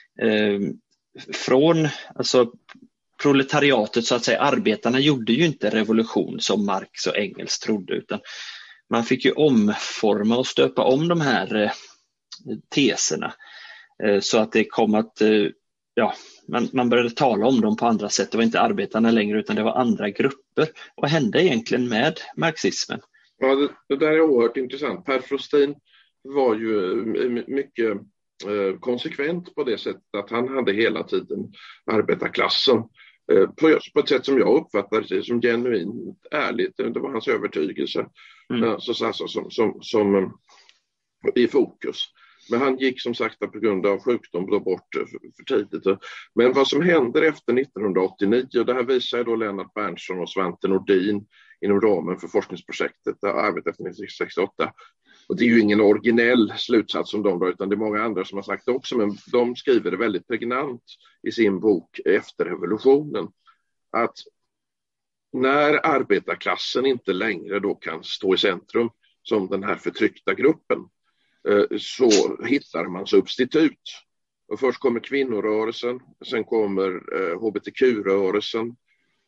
Speaker 1: Från alltså proletariatet, så att säga, arbetarna gjorde ju inte revolution som Marx och Engels trodde, utan man fick ju omforma och stöpa om de här eh, teserna eh, så att det kom att, eh, ja, man, man började tala om dem på andra sätt. Det var inte arbetarna längre utan det var andra grupper. Vad hände egentligen med marxismen?
Speaker 2: Ja, det, det där är oerhört intressant. Per Frostin var ju mycket eh, konsekvent på det sättet att han hade hela tiden arbetarklassen På, på ett sätt som jag uppfattar det som genuint ärligt. Det var hans övertygelse mm. så, så, som, som, som i fokus. Men han gick som sagt på grund av sjukdom då bort för, för tidigt. Men vad som händer efter nittonhundraåttionio, det här visar då Lennart Berntsson och Svante Nordin inom ramen för forskningsprojektet Arbete efter nittonhundrasextioåtta. Och det är ju ingen originell slutsats som de då, utan det är många andra som har sagt det också, men de skriver det väldigt pregnant i sin bok Efter revolutionen, att när arbetarklassen inte längre då kan stå i centrum som den här förtryckta gruppen, så hittar man substitut. Och först kommer kvinnorörelsen, sen kommer H B T Q-rörelsen,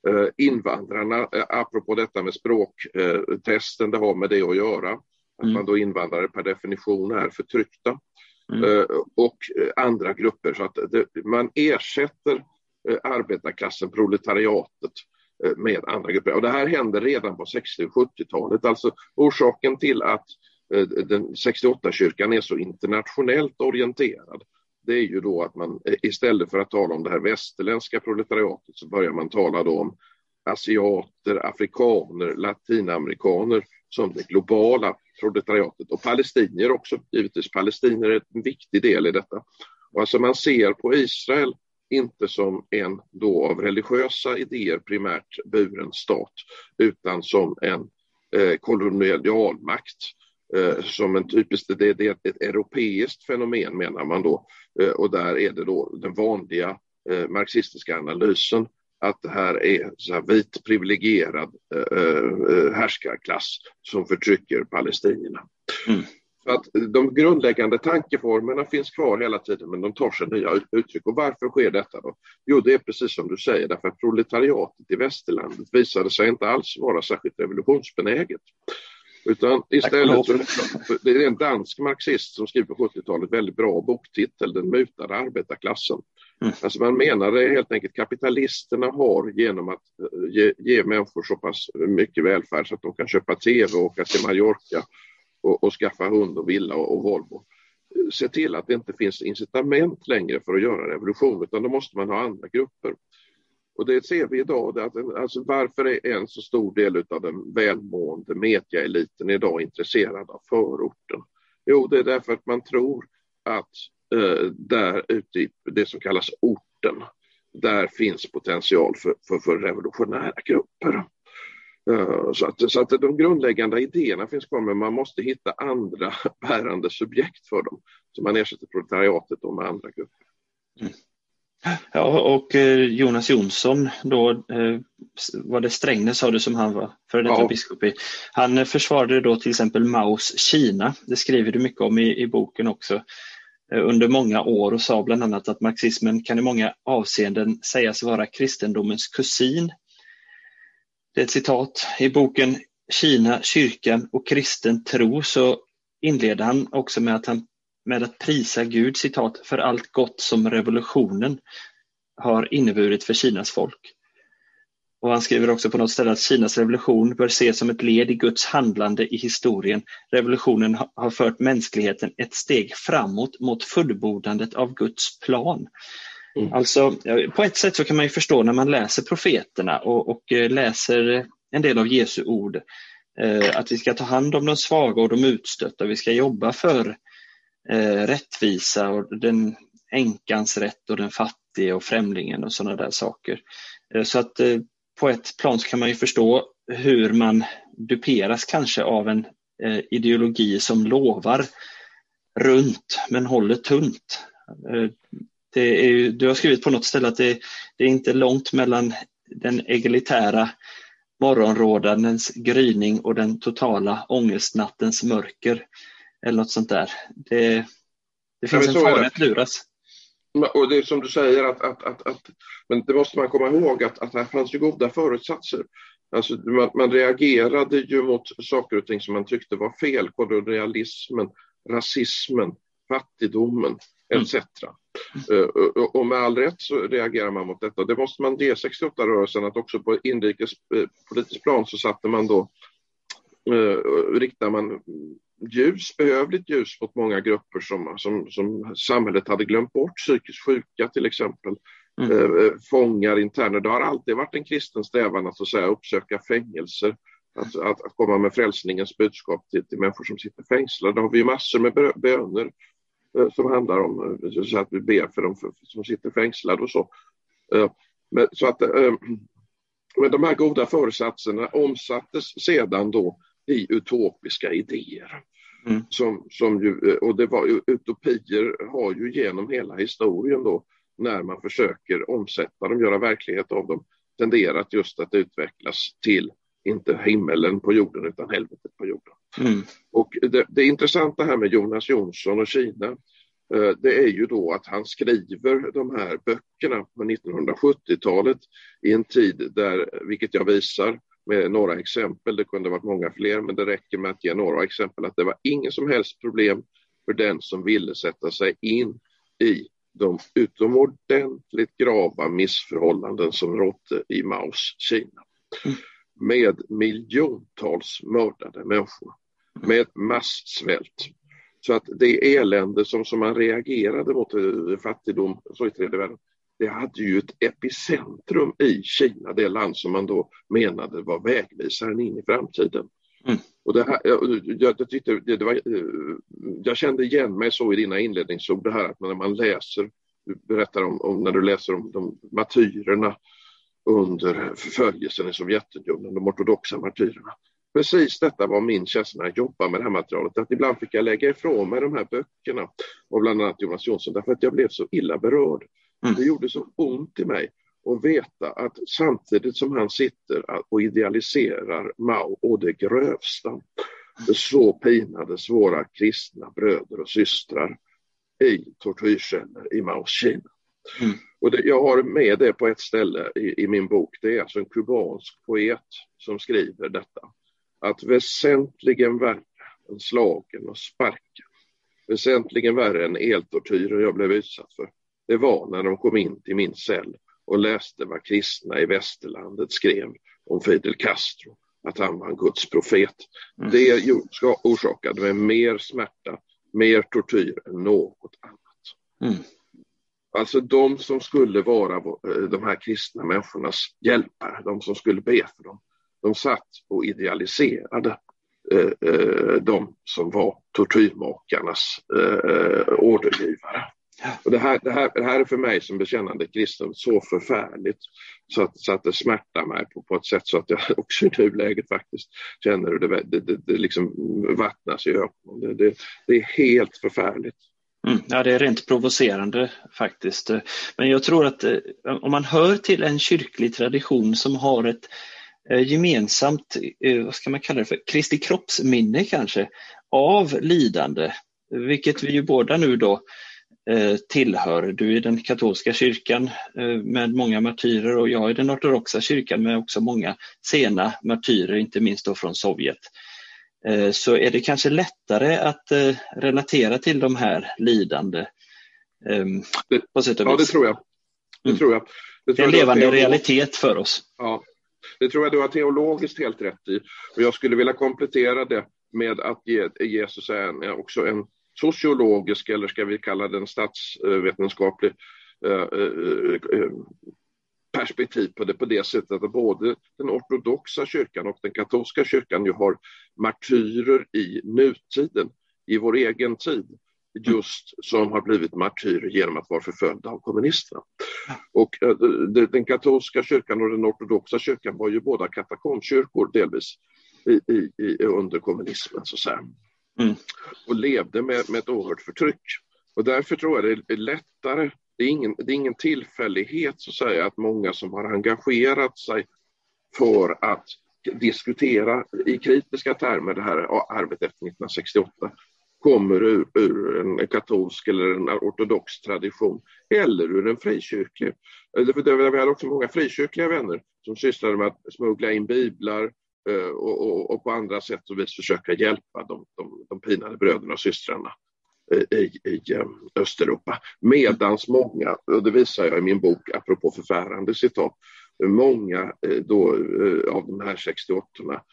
Speaker 2: Eh, invandrarna, eh, apropå detta med språktesten, det har med det att göra. Att mm. man då invandrare per definition är förtryckta. Mm. Eh, och eh, andra grupper. Så att det, man ersätter eh, arbetarklassen, proletariatet eh, med andra grupper. Och det här händer redan på sextio- och sjuttiotalet. Alltså orsaken till att eh, den sextioåtta-kyrkan är så internationellt orienterad, det är ju då att man istället för att tala om det här västerländska proletariatet så börjar man tala då om asiater, afrikaner, latinamerikaner som det globala proletariatet, och palestinier också. Givetvis palestinier är en viktig del i detta. Och alltså man ser på Israel inte som en då av religiösa idéer primärt buren stat, utan som en eh, kolonialmakt. Eh, som en typiskt, det, det är ett, ett europeiskt fenomen menar man då. Eh, och där är det då den vanliga eh, marxistiska analysen att det här är så här vit privilegierad eh, eh, härskarklass som förtrycker palestinierna. Mm. Så att de grundläggande tankeformerna finns kvar hela tiden, men de tar sig nya uttryck. Och varför sker detta då? Jo, det är precis som du säger, därför att proletariatet i västerlandet visade sig inte alls vara särskilt revolutionsbenäget. Utan istället så det är en dansk marxist som skriver på sjuttiotalet väldigt bra boktitel, Den mutade arbetarklassen. Mm. Alltså man menar det helt enkelt kapitalisterna har genom att ge, ge människor så pass mycket välfärd så att de kan köpa tv och åka till Mallorca och, och skaffa hund och villa och, och Volvo. Se till att det inte finns incitament längre för att göra revolution, utan då måste man ha andra grupper. Och det ser vi idag, att alltså varför är en så stor del av den välmående mediaeliten idag intresserad av förorten? Jo, det är därför att man tror att eh, där ute i det som kallas orten, där finns potential för, för, för revolutionära grupper. Uh, så, att, så att de grundläggande idéerna finns kvar, men man måste hitta andra bärande subjekt för dem. Så man ersätter proletariatet då med andra grupper.
Speaker 1: Mm. Ja, och Jonas Jonsson då, var det Strängnäs sa du som han var för detta ja. biskop i. Han försvarade då till exempel Maos Kina, det skriver du mycket om i, i boken också, under många år, och sa bland annat att marxismen kan i många avseenden sägas vara kristendomens kusin. Det är ett citat. I boken Kina, kyrkan och kristen tro så inleder han också med att han med att prisa Gud, citat, för allt gott som revolutionen har inneburit för Kinas folk. Och han skriver också på något ställe att Kinas revolution bör ses som ett led i Guds handlande i historien. Revolutionen har fört mänskligheten ett steg framåt mot fullbordandet av Guds plan. Mm. Alltså, på ett sätt så kan man ju förstå när man läser profeterna och, och läser en del av Jesu ord, eh, att vi ska ta hand om de svaga och de utstötta. Vi ska jobba för Eh, rättvisa och den änkans rätt och den fattige och främlingen och sådana där saker. Eh, så att eh, på ett plan så kan man ju förstå hur man duperas kanske av en eh, ideologi som lovar runt men håller tunt. Eh, det är ju, du har skrivit på något ställe att det, det är inte långt mellan den egalitära morgonrådandens gryning och den totala ångestnattens mörker. Eller något sånt där. Det, det finns ja, en fara att luras.
Speaker 2: Och det är som du säger, att, att, att, att, men det måste man komma ihåg att, att det fanns ju goda förutsatser. Alltså, man, man reagerade ju mot saker och ting som man tyckte var fel. Kolonialismen, rasismen, fattigdomen et cetera. Mm. Uh, och, och med all rätt så reagerar man mot detta. Det måste man ge sextioåtta-rörelsen, att också på inrikespolitisk plan så satte man då, uh, riktar man ljus, behövligt ljus mot många grupper som, som, som samhället hade glömt bort, psykiskt sjuka till exempel, mm. eh, fångar, interner. Det har alltid varit en kristen strävan att, så att säga, uppsöka fängelser, att, att, att komma med frälsningens budskap till, till människor som sitter fängslade. Då har vi ju massor med böner eh, som handlar om så att vi ber för dem för, som sitter fängslade och så. Eh, men, så att, eh, men de här goda föresatserna omsattes sedan då i utopiska idéer. Mm. Som, som ju, och det var, utopier har ju genom hela historien då, när man försöker omsätta dem, göra verklighet av dem, tenderat just att utvecklas till inte himmelen på jorden utan helvetet på jorden. Mm. Och det, det är intressant det här med Jonas Jonsson och Kina. det är ju då att han skriver de här böckerna på nittonhundrasjuttiotalet i en tid där, vilket jag visar med några exempel, det kunde varit många fler, men det räcker med att ge några exempel, att det var ingen som helst problem för den som ville sätta sig in i de utomordentligt grava missförhållanden som rådde i Maos Kina. Mm. Med miljontals mördade människor, med massvält. Så att det elände som, som man reagerade mot fattigdom så i tredje världen, det hade ju ett epicentrum i Kina, det land som man då menade var vägvisaren in i framtiden. Mm. Och det här, jag, jag, tyckte, det, det var, jag kände igen mig så i dina inledningsord, det här att när man läser, du berättar om, om när du läser om de martyrerna under förföljelsen i Sovjetunionen, de ortodoxa martyrerna. Precis detta var min känsla när jag jobbade med det här materialet, att ibland fick jag lägga ifrån mig de här böckerna och bland annat Jonas Jonsson, därför att jag blev så illa berörd. Mm. Det gjorde så ont i mig att veta att samtidigt som han sitter och idealiserar Mao och det grövsta, så pinades våra kristna bröder och systrar i tortyrceller i Maos Kina. Mm. Och det, jag har med det på ett ställe i, i min bok. Det är alltså en kubansk poet som skriver detta. Att väsentligen värre än slagen och sparken, väsentligen värre än eltortyren jag blev utsatt för, det var när de kom in till min cell och läste vad kristna i västerlandet skrev om Fidel Castro, att han var en Guds profet. Mm. Det orsakade mig mer smärta, mer tortyr än något annat. Mm. Alltså de som skulle vara de här kristna människornas hjälpare, de som skulle be för dem, de satt och idealiserade eh, eh, de som var tortyrmakarnas eh, ordergivare. Och det här, det, här, det här är för mig som bekännande kristen så förfärligt så att, så att det smärtar mig på, på ett sätt så att jag också i nuläget faktiskt känner hur det, det, det, det liksom vattnas i ögonen. Det, det, det är helt förfärligt.
Speaker 1: Mm, ja, det är rent provocerande faktiskt. Men jag tror att eh, om man hör till en kyrklig tradition som har ett eh, gemensamt, eh, vad ska man kalla det för, Kristi kroppsminne kanske, av lidande, vilket vi ju båda nu då eh, tillhör. Du i den katolska kyrkan eh, med många martyrer och jag i den ortodoxa kyrkan med också många sena martyrer, inte minst då från Sovjet. Så är det kanske lättare att eh, relatera till de här lidande eh, på sätt och vis.
Speaker 2: Ja, det tror jag. Det, mm. tror jag.
Speaker 1: det, tror det är en levande teolog... realitet för oss.
Speaker 2: Ja, det tror jag du har teologiskt helt rätt i. Och jag skulle vilja komplettera det med att ge Jesus en, också en sociologisk, eller ska vi kalla den statsvetenskaplig eh, eh, perspektiv på det, på det sättet att både den ortodoxa kyrkan och den katolska kyrkan ju har martyrer i nutiden, i vår egen tid, just som har blivit martyrer genom att vara förföljda av kommunisterna. Och äh, den katolska kyrkan och den ortodoxa kyrkan var ju båda katakomkyrkor delvis i, i, i, under kommunismen så att säga. Mm. Och levde med, med ett oerhört förtryck. Och därför tror jag det är lättare. Det är, ingen, det är ingen tillfällighet så att säga att många som har engagerat sig för att diskutera i kritiska termer det här arbetet efter nittonhundrasextioåtta kommer ur, ur en katolsk eller en ortodox tradition eller ur en frikyrklig. Vi hade också många frikyrkliga vänner som sysslade med att smuggla in biblar och, och, och på andra sätt och vis försöka hjälpa de, de, de pinade bröderna och systrarna i, i Östeuropa. Medans många, och det visar jag i min bok apropå förfärande citat, många då av de här sextioåttorna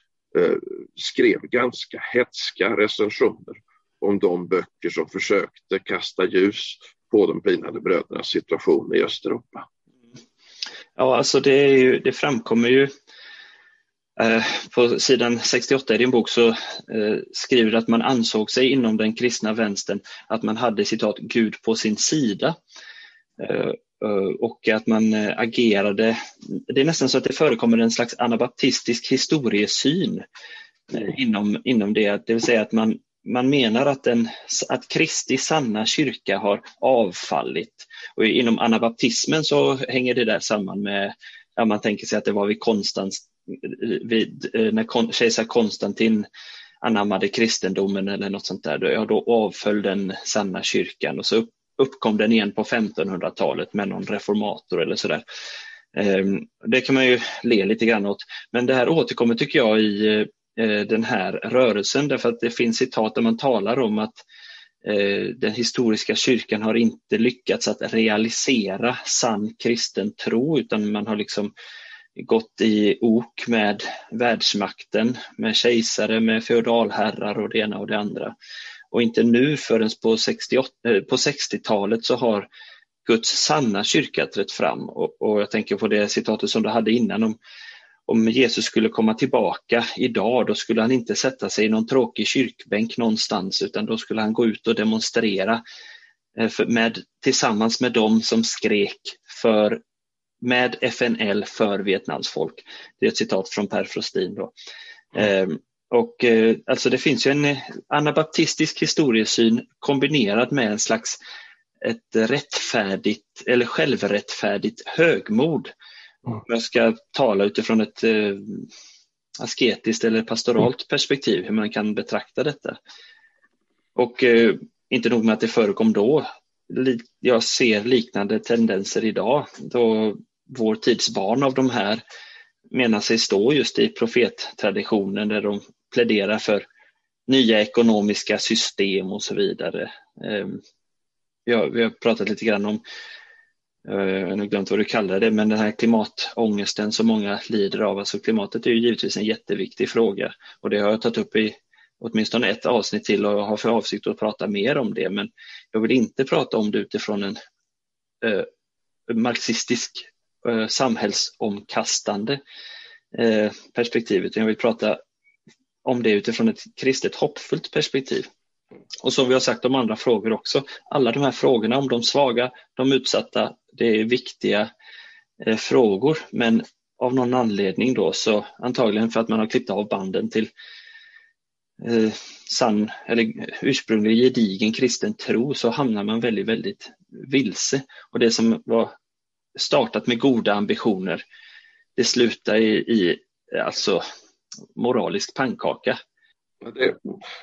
Speaker 2: skrev ganska hetska recensioner om de böcker som försökte kasta ljus på de pinade brödernas situation i Östeuropa.
Speaker 1: Ja, alltså det, är ju, det framkommer ju på sidan sextioåtta i din bok så eh, skriver du att man ansåg sig inom den kristna vänstern att man hade citat Gud på sin sida eh, och att man eh, agerade, det är nästan så att det förekommer en slags anabaptistisk historiesyn eh, inom, inom det, det vill säga att man, man menar att, den, att Kristi sanna kyrka har avfallit, och inom anabaptismen så hänger det där samman med, ja, man tänker sig att det var vid Konstans vid, när kejsar Konstantin anammade kristendomen eller något sånt där, ja, då avföll den sanna kyrkan och så upp, uppkom den igen på femtonhundratalet med någon reformator eller sådär. Det kan man ju le lite grann åt, men det här återkommer tycker jag i den här rörelsen, därför att det finns citat där man talar om att den historiska kyrkan har inte lyckats att realisera sann kristen tro, utan man har liksom gått i ok med världsmakten, med kejsare, med feodalherrar och det ena och det andra. Och inte nu förrän på, sextioåtta, på sextiotalet så har Guds sanna kyrka trätt fram. Och, och jag tänker på det citatet som du hade innan om, om Jesus skulle komma tillbaka idag, då skulle han inte sätta sig i någon tråkig kyrkbänk någonstans, utan då skulle han gå ut och demonstrera med, tillsammans med dem som skrek för, med F N L för Vietnams folk. Det är ett citat från Per Frostin då. Mm. Um, och uh, alltså det finns ju en anabaptistisk historiesyn kombinerad med en slags ett rättfärdigt eller självrättfärdigt högmod. Mm. Jag ska tala utifrån ett uh, asketiskt eller pastoralt perspektiv, hur man kan betrakta detta. Och uh, inte nog med att det förekom då, jag ser liknande tendenser idag, då vår tids barn av de här menar sig stå just i profettraditionen, där de pläderar för nya ekonomiska system och så vidare. Ja, vi har pratat lite grann om, jag har glömt vad du kallar det, men den här klimatångesten som många lider av. Alltså klimatet är ju givetvis en jätteviktig fråga, och det har jag tagit upp i åtminstone ett avsnitt till, och jag har för avsikt att prata mer om det, men jag vill inte prata om det utifrån en eh, marxistisk eh, samhällsomkastande eh, perspektiv, utan jag vill prata om det utifrån ett kristet hoppfullt perspektiv. Och som vi har sagt om andra frågor också, alla de här frågorna om de svaga, de utsatta, det är viktiga eh, frågor, men av någon anledning då, så antagligen för att man har klippt av banden till Eh, sann eller ursprunglig gedigen kristen tro, så hamnar man väldigt, väldigt vilse. Och det som var startat med goda ambitioner, det slutar i, i alltså moralisk pannkaka.
Speaker 2: Det,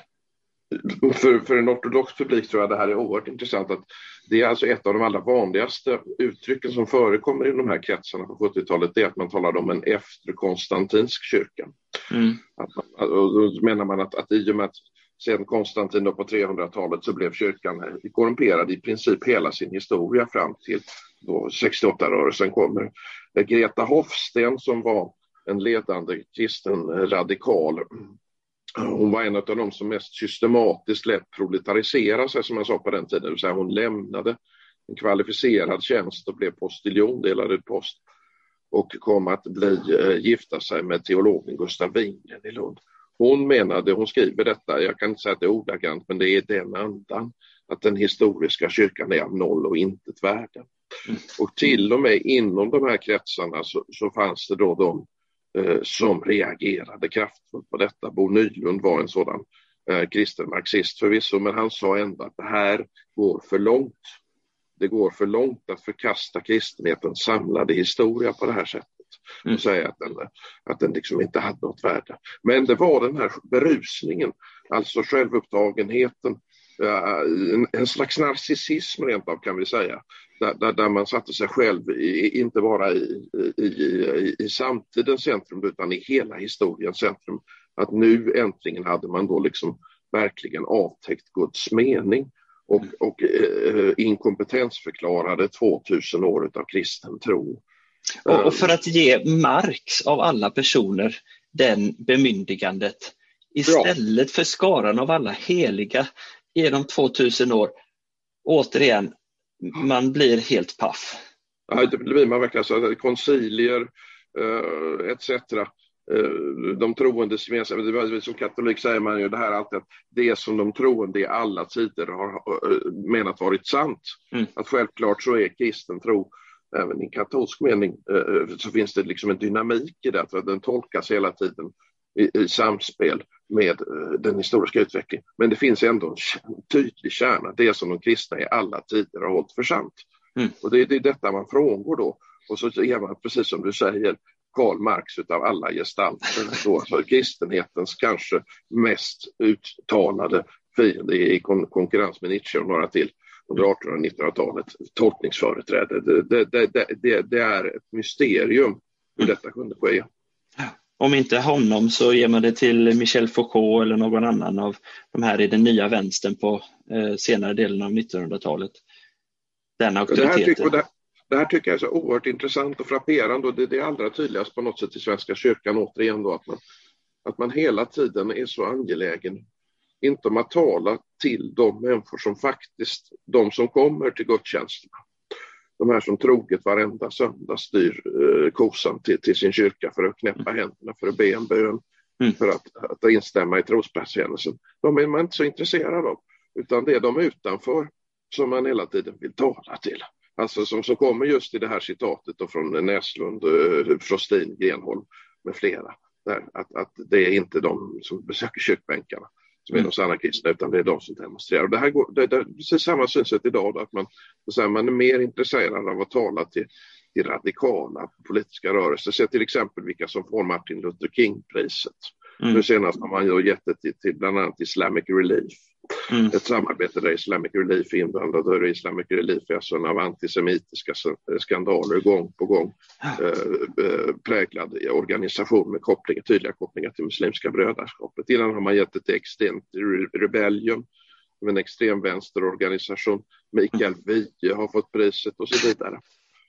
Speaker 2: för, för en ortodox publik tror jag det här är oerhört intressant, att det är alltså ett av de allra vanligaste uttrycken som förekommer i de här kretsarna på sjuttiotalet, det är att man talar om en efterkonstantinsk kyrka. Mm. Att man, och då menar man att, att i och med att sen Konstantin då på trehundratalet så blev kyrkan korrumperad i princip hela sin historia fram till då sextioåtta-rörelsen kommer. Greta Hofsten, som var en ledande kristen radikal, hon var en av de som mest systematiskt lät proletarisera sig, som man sa på den tiden. Det vill säga hon lämnade en kvalificerad tjänst och blev postiljon, delade ut post, och kom att bli, eh, gifta sig med teologen Gustav Wingen i Lund. Hon menade, hon skriver detta, jag kan inte säga att det är ordagrant, men det är den andan, att den historiska kyrkan är av noll och intet värde. Mm. Och till och med inom de här kretsarna så, så fanns det då de eh, som reagerade kraftfullt på detta. Bo Nylund var en sådan eh, kristen marxist förvisso, men han sa ändå att det här går för långt. Det går för långt att förkasta kristenhetens samlade historia på det här sättet. Mm. Och säga att den, att den liksom inte hade något värde. Men det var den här berusningen, alltså självupptagenheten, en, en slags narcissism rent av kan vi säga. Där, där, där man satte sig själv i, inte bara i, i, i, i samtidens centrum utan i hela historiens centrum. Att nu äntligen hade man då liksom verkligen avtäckt Guds mening. Och, och eh, inkompetensförklarade tvåtusen år av kristen tro.
Speaker 1: Och, och för att ge Marx av alla personer den bemyndigandet istället ja. för skaran av alla heliga genom tvåtusen år, återigen, man blir helt paff.
Speaker 2: Ja, det blir man verkligen så. Koncilier eh, et cetera. De troendes gemensamma, som katolik säger man ju det här alltid, att det som de troende i alla tider har menat varit sant. Mm. Att självklart så är kristen tro, även i katolsk mening, så finns det liksom en dynamik i det, för att den tolkas hela tiden i, i samspel med den historiska utvecklingen. Men det finns ändå en tydlig kärna, det som de kristna i alla tider har hållit för sant. Mm. Och det, det är detta man frångår då. Och så är man, precis som du säger, Karl Marx utav alla gestalter, då, alltså kristenhetens kanske mest uttalade fiende i kon- konkurrens med Nietzsche och några till under artonhundra- och nittonhundratalet, tolkningsföreträde. Det, det, det, det, det är ett mysterium hur detta kunde ske.
Speaker 1: Om inte honom så ger man det till Michel Foucault eller någon annan av de här i den nya vänstern på eh, senare delen av nittonhundratalet. Den auktoriteten.
Speaker 2: Det här, tycker, det, det här tycker jag är så oerhört intressant och frapperande, och det, det är allra tydligast på något sätt i Svenska kyrkan återigen då, att man, att man hela tiden är så angelägen inte om att tala till de människor som faktiskt, de som kommer till gudstjänsterna. De här som troget varenda söndag styr eh, kosan till, till sin kyrka för att knäppa händerna, för att be en bön, mm. för att, att instämma i trosbekännelsen. De är man inte så intresserad av, utan det är de utanför som man hela tiden vill tala till. Alltså som, som kommer just i det här citatet då från Näslund, eh, Frostin, Grenholm med flera. Där, att, att det är inte de som besöker kyrkbänkarna som är de sanna kristna, utan det är de som demonstrerar. Och det här går, det, det, det är samma synsätt idag då, att man, så här, man är mer intresserad av att tala till, till radikala politiska rörelser. Se till exempel vilka som får Martin Luther King-priset. Mm. Nu senast har man ju gett det till, till bland annat Islamic Relief. Mm. Ett samarbete där Islamic Relief är inblandad, och Islamic Relief är alltså en av antisemitiska skandaler gång på gång eh, präglad organisation med kopplingar, tydliga kopplingar till muslimska brödraskapet. Innan har man gett det till Extinct Rebellion, en extremvänsterorganisation. Mikael Wiehe har fått priset och så vidare.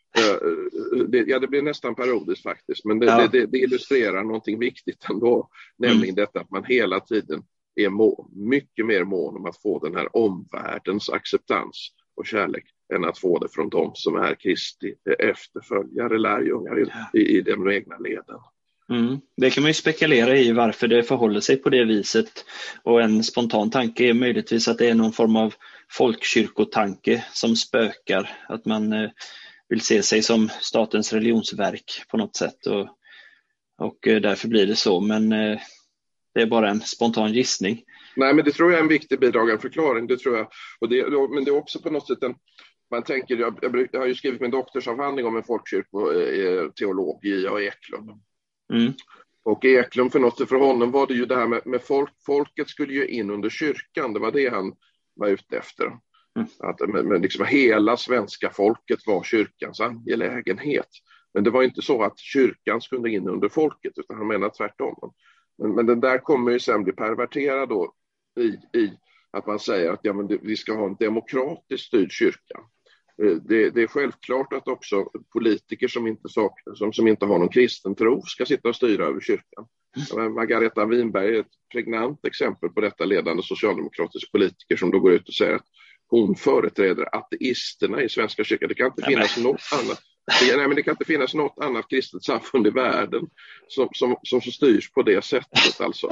Speaker 2: Det, ja, det blir nästan parodiskt faktiskt, men det, ja. det, det, det illustrerar någonting viktigt ändå, nämligen mm. detta att man hela tiden är må, mycket mer mån om att få den här omvärldens acceptans och kärlek än att få det från dem som är Kristi efterföljare, lärjungar i, i, i de egna leden.
Speaker 1: Mm. Det kan man ju spekulera i varför det förhåller sig på det viset, och en spontan tanke är möjligtvis att det är någon form av folkkyrkotanke som spökar, att man eh, vill se sig som statens religionsverk på något sätt, och, och därför blir det så, men eh, det är bara en spontan gissning.
Speaker 2: Nej, men det tror jag är en viktig bidragande förklaring, det tror jag. Och det, men det är också på något sätt en, man tänker, jag, jag, jag har ju skrivit min doktorsavhandling om en folkkyrkoteolog, J A Eklund. Mm. Och Eklund, för något för honom var det ju det här med, med folk, folket skulle ju in under kyrkan, det var det han var ute efter. Mm. Att men, men liksom hela svenska folket var kyrkans angelägenhet. Men det var inte så att kyrkan skulle in under folket, utan han menar tvärtom. Men, men den där kommer ju sen bli perverterad då i, i att man säger att ja, men det, vi ska ha en demokratiskt styrd kyrka. Det, det är självklart att också politiker som inte, saknar, som, som inte har någon kristen tro ska sitta och styra över kyrkan. Mm. Margareta Winberg är ett pregnant exempel på detta, ledande socialdemokratisk politiker som då går ut och säger att hon företräder ateisterna i Svenska kyrkan. Det kan inte finnas Nej, något annat. Det, nej, men det kan inte finnas något annat kristet samfund i världen som, som, som styrs på det sättet alltså.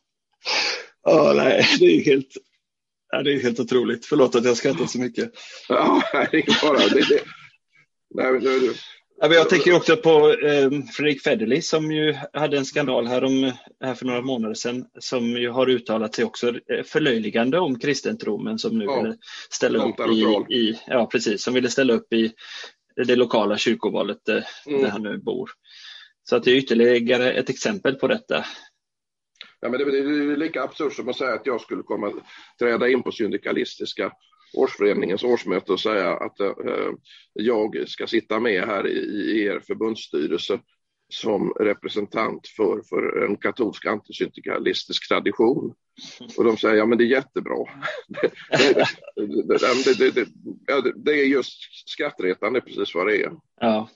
Speaker 1: Ja, nej, det är helt, ja, det är helt otroligt. Förlåt att jag skrattar så mycket.
Speaker 2: Ja, det är bara det. det. Nej, men det, det.
Speaker 1: Ja, men jag tänker också på eh, Fredrik Federley som ju hade en skandal här, om, här för några månader sedan, som ju har uttalat sig också förlöjligande om kristentro, men som nu ja, ville ställa upp i, i, ja, precis, som ville ställa upp i det lokala kyrkovalet eh, mm. där han nu bor. Så att det är ytterligare ett exempel på detta.
Speaker 2: Ja, men det, det är lika absurt som att säga att jag skulle komma träda in på syndikalistiska årsföreningens årsmöte och säga att eh, jag ska sitta med här i, i er förbundsstyrelse som representant för, för en katolsk antisyndikalistisk tradition. Och de säger, ja men det är jättebra. det, det, det, det, det, det, det är just skrattretande, precis vad det är.
Speaker 1: Ja,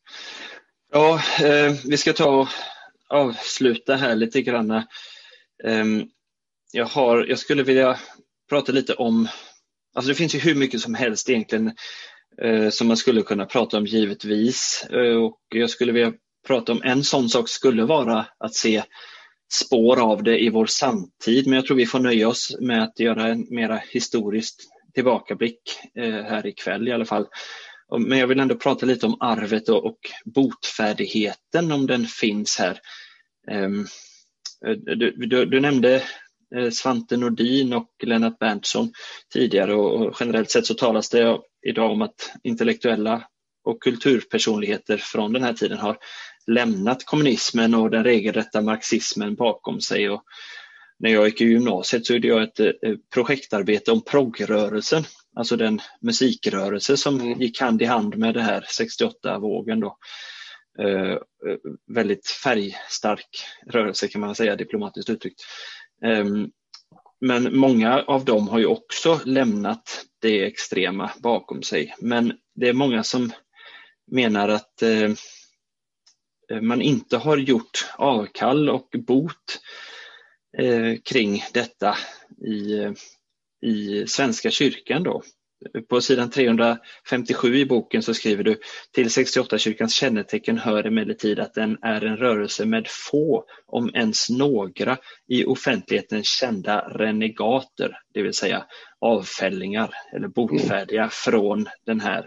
Speaker 1: ja eh, vi ska ta och avsluta här lite grann. Eh, jag, har, jag skulle vilja prata lite om, alltså det finns ju hur mycket som helst egentligen eh, som man skulle kunna prata om givetvis. Eh, och jag skulle vilja prata om en sån sak skulle vara att se spår av det i vår samtid. Men jag tror vi får nöja oss med att göra en mera historisk tillbakablick eh, här ikväll i alla fall. Men jag vill ändå prata lite om arvet och, och botfärdigheten, om den finns här. Eh, du, du, du nämnde Svante Nordin och Lennart Berntsson tidigare, och generellt sett så talas det idag om att intellektuella och kulturpersonligheter från den här tiden har lämnat kommunismen och den regelrätta marxismen bakom sig. Och när jag gick i gymnasiet så gjorde jag ett projektarbete om proggrörelsen, alltså den musikrörelse som mm. gick hand i hand med det här sextioåtta-vågen då. Uh, väldigt färgstark rörelse kan man säga, diplomatiskt uttryckt. Um, men många av dem har ju också lämnat det extrema bakom sig. Men det är många som menar att uh, man inte har gjort avkall och bot uh, kring detta i, uh, i Svenska kyrkan då. På sidan trehundrafemtiosju i boken så skriver du: till sextioåtta-kyrkans kännetecken hör emellertid att den är en rörelse med få, om ens några, i offentligheten kända renegater, det vill säga avfällingar eller botfärdiga mm. från den här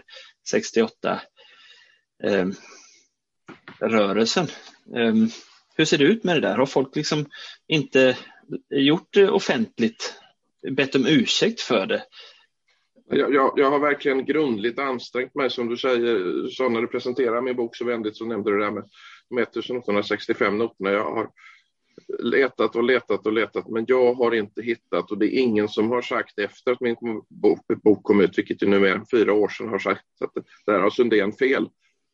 Speaker 1: sextioåtta-rörelsen. Eh, eh, hur ser det ut med det där? Har folk liksom inte gjort det offentligt, bett om ursäkt för det?
Speaker 2: Jag, jag, jag har verkligen grundligt ansträngt mig, som du säger, så när du presenterar min bok så vänligt så nämnde du det där med de ettonhundrasextiofem noterna. Jag har letat och letat och letat, men jag har inte hittat, och det är ingen som har sagt efter att min bok, bok kom ut, vilket ju nu är fyra år sedan, har sagt att det här har Sundén fel.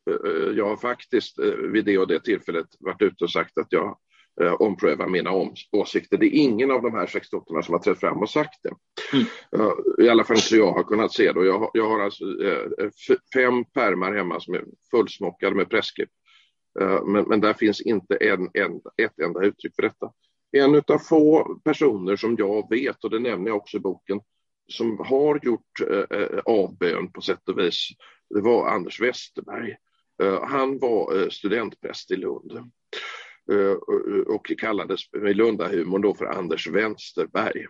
Speaker 2: Jag har faktiskt vid det och det tillfället varit ute och sagt att jag eh, ompröva mina om- åsikter. Det är ingen av de här sextioåttorna som har trätt fram och sagt det. Mm. Uh, I alla fall inte jag har kunnat se det. Jag har, jag har alltså uh, f- fem pärmar hemma som är fullsmockade med pressklipp. Uh, men, men där finns inte en, en, ett enda uttryck för detta. En utav få personer som jag vet, och det nämner jag också i boken, som har gjort uh, avbön på sätt och vis, det var Anders Westerberg. Uh, han var uh, studentpräst i Lund. Uh, och kallades med Lundahumorn då för Anders Vänsterberg.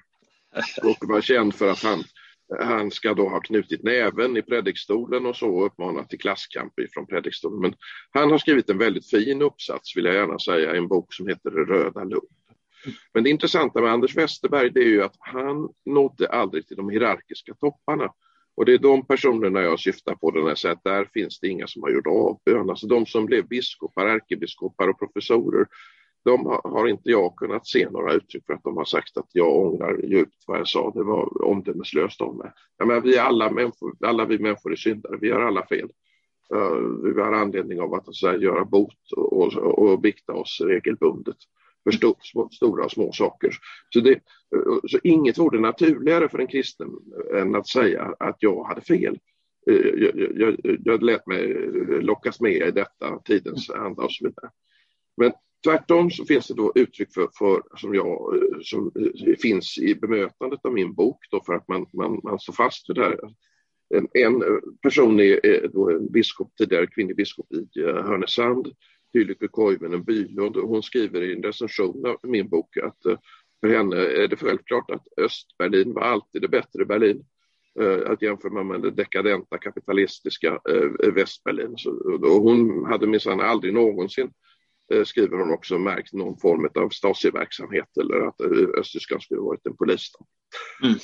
Speaker 2: Och var känd för att han, han ska då ha knutit näven i predikstolen och så uppmanat till klasskamp från predikstolen. Men han har skrivit en väldigt fin uppsats, vill jag gärna säga, i en bok som heter Röda Lund. Men det intressanta med Anders Westerberg, det är ju att han nådde aldrig till de hierarkiska topparna. Och det är de personerna jag syftar på när jag säger att där finns det inga som har gjort avbön. Alltså de som blev biskopar, ärkebiskopar och professorer, de har inte jag kunnat se några uttryck för att de har sagt att jag ångrar djupt vad jag sa. Det var omdömeslöst om mig. Ja, men vi är alla människor, alla vi människor är syndare, vi har alla fel. Uh, vi har anledning av att så här, göra bot och, och, och bikta oss regelbundet för sto, små, stora och små saker. Så, det, så inget vore naturligare för en kristen än att säga att jag hade fel. Jag, jag, jag lät mig lockas med i detta tidens anda och så vidare. Men tvärtom så finns det då uttryck för, för som, jag, som finns i bemötandet av min bok då, för att man, man, man står fast vid det här. En, en person är då en biskop, tidigare kvinnlig biskop i Härnösand, Hylyke Koivunen Bylund, och hon skriver i en recension av min bok att för henne är det självklart att Östberlin var alltid det bättre Berlin, att jämföra med det dekadenta kapitalistiska Västberlin. Så, och hon hade minsann aldrig någonsin, skriver hon också, märkt någon form av Stasi-verksamhet eller att Östtyskland skulle varit en polis. Mm.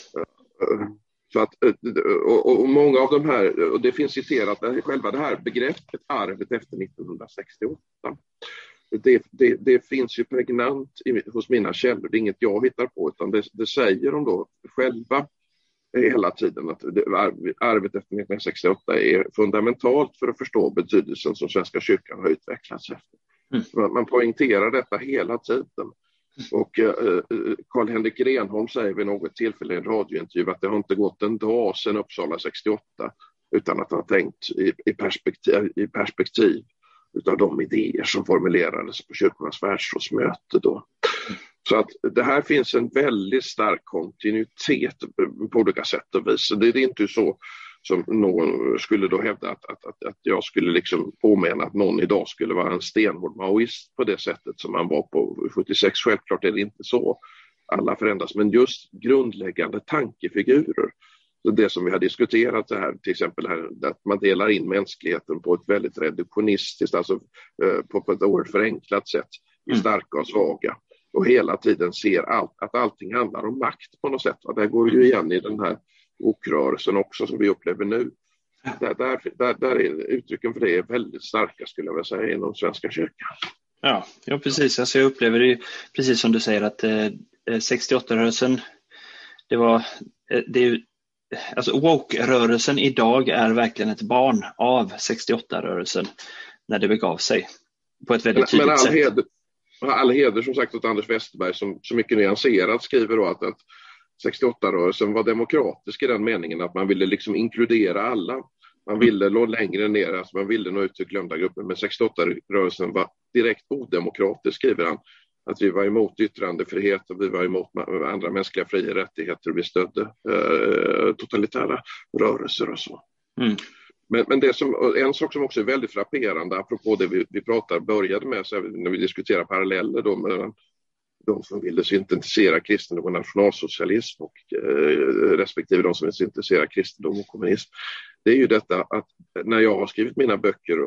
Speaker 2: Så att, och, och många av de här, och det finns citerat, själva det här begreppet arvet efter nittonhundrasextioåtta, det, det, det finns ju pregnant i, hos mina källor. Det är inget jag hittar på, utan det, det säger de då själva hela tiden, att det, arvet efter nittonhundrasextioåtta är fundamentalt för att förstå betydelsen som Svenska kyrkan har utvecklats efter. Mm. Man, man poängterar detta hela tiden. Och eh, Carl-Henrik Grenholm säger vid något tillfälle i en radiointervju att det har inte gått en dag sedan Uppsala sextioåtta utan att han tänkt i, i perspektiv, i perspektiv utav de idéer som formulerades på kyrkornas världsrådsmöte då. Så att det här finns en väldigt stark kontinuitet på olika sätt och vis. Det är inte så som någon skulle då hävda att, att, att, att jag skulle liksom påmena att någon idag skulle vara en stenhård maoist på det sättet som man var på sjuttiosex. Självklart är det inte så. Alla förändras, men just grundläggande tankefigurer. Så det som vi har diskuterat här, till exempel här, att man delar in mänskligheten på ett väldigt reduktionistiskt, alltså på, på ett oerhört förenklat sätt i starka och svaga. Och hela tiden ser allt, att allting handlar om makt på något sätt. Och det går ju igen i den här okrörelsen också som vi upplever nu. där, där, där, där är uttrycken för det är väldigt starka, skulle jag vilja säga, inom Svenska kyrkan.
Speaker 1: Ja, ja precis. Alltså jag upplever det precis som du säger att eh, sextioåtta-rörelsen, det var, eh, det är, alltså woke-rörelsen idag är verkligen ett barn av sextioåtta-rörelsen när det begav sig på ett väldigt tydligt
Speaker 2: men all
Speaker 1: sätt.
Speaker 2: Heder, all heder som sagt åt Anders Westerberg som så mycket nyanserat skriver då att, att sextioåtta-rörelsen var demokratisk i den meningen att man ville liksom inkludera alla. Man ville nå längre ner, alltså man ville nå ut till glömda grupper, men sextioåtta-rörelsen var direkt odemokratisk, skriver han. Att vi var emot yttrandefrihet och vi var emot andra mänskliga fria rättigheter och vi stödde eh, totalitära rörelser och så. Mm. Men, men det som, en sak som också är väldigt frapperande, apropå det vi, vi pratade, började med så när vi diskuterar paralleller då mellan de som ville syntetisera kristendom och nationalsocialism och eh, respektive de som vill syntetisera kristendom och kommunism. Det är ju detta att när jag har skrivit mina böcker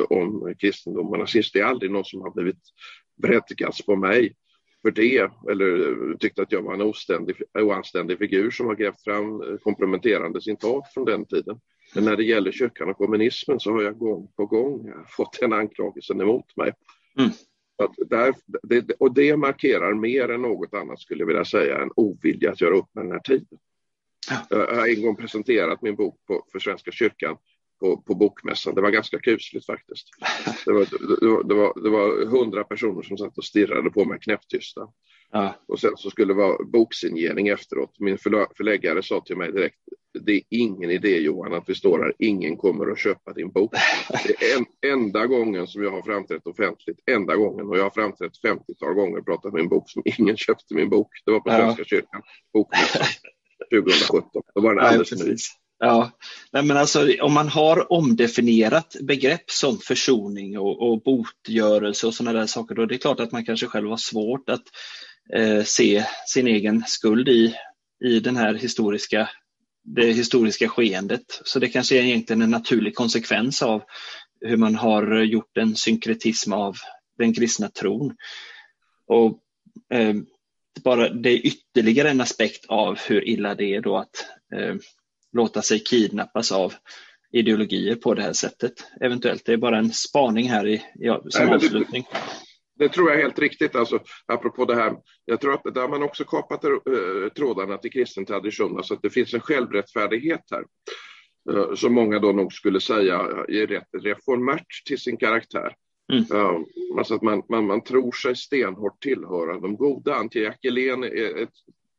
Speaker 2: om kristendom och nazism, det är aldrig någon som har blivit vredgats på mig för det eller tyckt att jag var en oständig, oanständig figur som har grävt fram komprometterande citat från den tiden. Men när det gäller kyrkan och kommunismen så har jag gång på gång fått en anklagelsen emot mig. Mm. Att där, det, och det markerar mer än något annat, skulle jag vilja säga, en ovilja att göra upp med den här tiden. Ja. Jag har en gång presenterat min bok på, för Svenska kyrkan på, på bokmässan. Det var ganska kusligt faktiskt. Det var, det, var, det, var, det var hundra personer som satt och stirrade på mig knäpptysta. Ja. Och sen så skulle det vara boksignering efteråt. Min förläggare sa till mig direkt: det är ingen idé, Johan, att vi står här. Ingen kommer att köpa din bok. Det är en, enda gången som jag har framträtt offentligt. Enda gången. Och jag har framträtt femtiotal gånger och pratat om min bok som ingen köpte min bok. Det var på Svenska ja. kyrkan. Bokmässan tjugohundrasjutton. Då var det alldeles
Speaker 1: Nej, precis. Ja, nej, men alltså om man har omdefinierat begrepp som försoning och, och botgörelse och sådana där saker, då är det klart att man kanske själv har svårt att eh, se sin egen skuld i, i den här historiska, det historiska skeendet. Så det kanske är egentligen en naturlig konsekvens av hur man har gjort en synkretism av den kristna tron. Och eh, bara det är ytterligare en aspekt av hur illa det är då att eh, låta sig kidnappas av ideologier på det här sättet. Eventuellt, det är bara en spaning här i, ja, som Nej, avslutning.
Speaker 2: Det, det tror jag är helt riktigt. Alltså, apropå det här, jag tror att där har man också kapat äh, trådarna till kristen tradition. Alltså att det finns en självrättfärdighet här. Äh, som många då nog skulle säga är rätt reformärt till sin karaktär. Mm. Uh, alltså att man, man, man tror sig stenhårt tillhöra de goda. Antje Jackelén är ett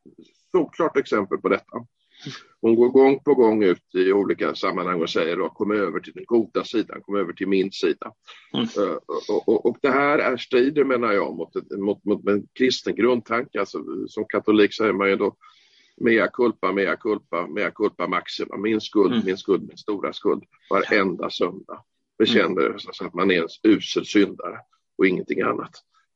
Speaker 2: såklart exempel på detta. Hon går gång på gång ut i olika sammanhang och säger då, kom över till den goda sidan, kom över till min sida. Mm. Uh, och, och, och det här är strider, menar jag, mot, mot, mot en kristen grundtanke. Alltså, som katolik säger man ju då mea culpa, mea culpa, mea culpa maxima. Min skuld, mm. min skuld, min stora skuld. Varenda söndag bekänner mm. så att man är en usel syndare och ingenting annat.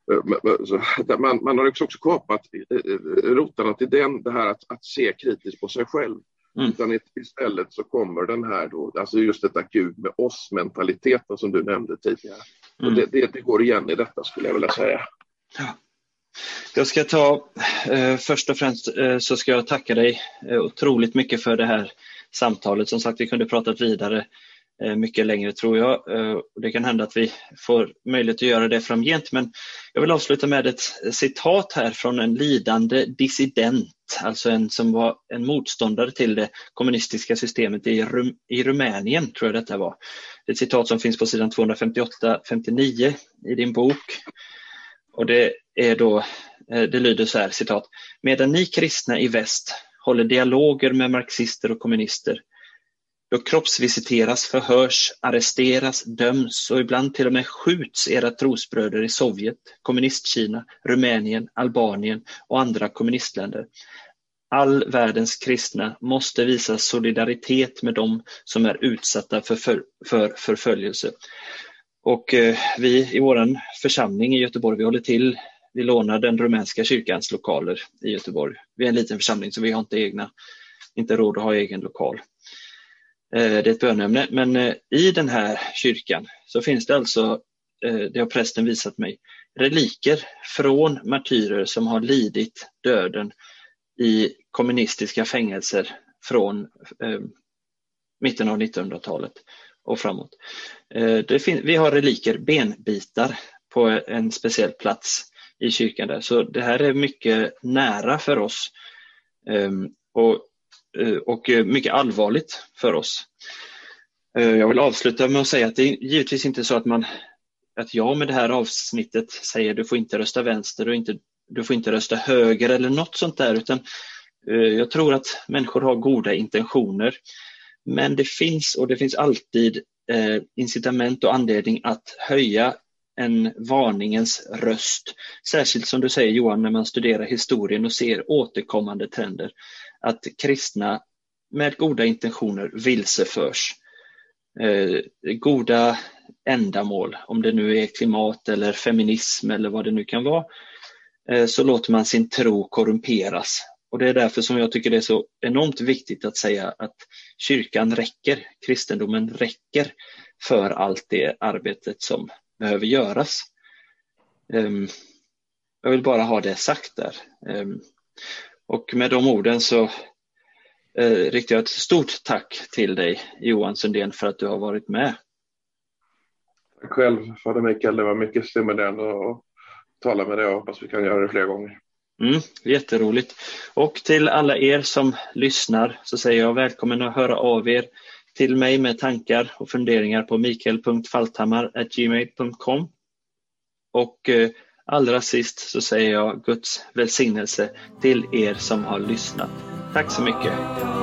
Speaker 2: Man, man har också kapat rotarna till den, det här att, att se kritiskt på sig själv. Mm. Utan istället så kommer den här då, alltså just detta Gud med oss-mentaliteten som du nämnde tidigare. Mm. Och det, det, det går igen i detta, skulle jag vilja säga.
Speaker 1: Ja. Jag ska ta, eh, först och främst eh, så ska jag tacka dig eh, otroligt mycket för det här samtalet. Som sagt, vi kunde pratat vidare mycket längre, tror jag. Det kan hända att vi får möjlighet att göra det framgent, men jag vill avsluta med ett citat här från en lidande dissident, alltså en som var en motståndare till det kommunistiska systemet i, Rum- i Rumänien, tror jag detta var. Det är ett citat som finns på sidan tvåhundrafemtioåtta femtionio i din bok. Och det är då, det lyder så här, citat: medan ni kristna i väst håller dialoger med marxister och kommunister, då kroppsvisiteras, förhörs, arresteras, döms och ibland till och med skjuts era trosbröder i Sovjet, kommunistkina, Rumänien, Albanien och andra kommunistländer. All världens kristna måste visa solidaritet med dem som är utsatta för, för, för förföljelse. Och eh, vi i vår församling i Göteborg, vi håller till, vi lånar den rumänska kyrkans lokaler i Göteborg. Vi är en liten församling så vi har inte egna, inte råd att ha egen lokal. Det är ett bönämne, men i den här kyrkan så finns det alltså, det har prästen visat mig, reliker från martyrer som har lidit döden i kommunistiska fängelser från mitten av nittonhundratalet och framåt. Det fin- vi har reliker, benbitar på en speciell plats i kyrkan där. Så det här är mycket nära för oss och, och mycket allvarligt för oss. Jag vill avsluta med att säga att det är givetvis inte så att man att jag med det här avsnittet säger du får inte rösta vänster och inte, du får inte rösta höger eller något sånt där, utan jag tror att människor har goda intentioner. Men det finns och det finns alltid eh, incitament och anledning att höja en varningens röst. Särskilt som du säger Johan, när man studerar historien och ser återkommande trender. Att kristna med goda intentioner vilseförs. Eh, goda ändamål, om det nu är klimat eller feminism eller vad det nu kan vara, eh, så låter man sin tro korrumperas. Och det är därför som jag tycker det är så enormt viktigt att säga att kyrkan räcker, kristendomen räcker för allt det arbetet som behöver göras. Um, jag vill bara ha det sagt där. Um, och med de orden så uh, riktar jag ett stort tack till dig Johan Sundén för att du har varit med.
Speaker 2: Tack själv Fader Mikael, det var mycket stimulerande att tala med dig och hoppas vi kan göra det fler gånger.
Speaker 1: Mm, jätteroligt. Och till alla er som lyssnar så säger jag välkommen att höra av er till mig med tankar och funderingar på mikael punkt falthammar at gmail punkt com. Och eh, allra sist så säger jag Guds välsignelse till er som har lyssnat. Tack så mycket.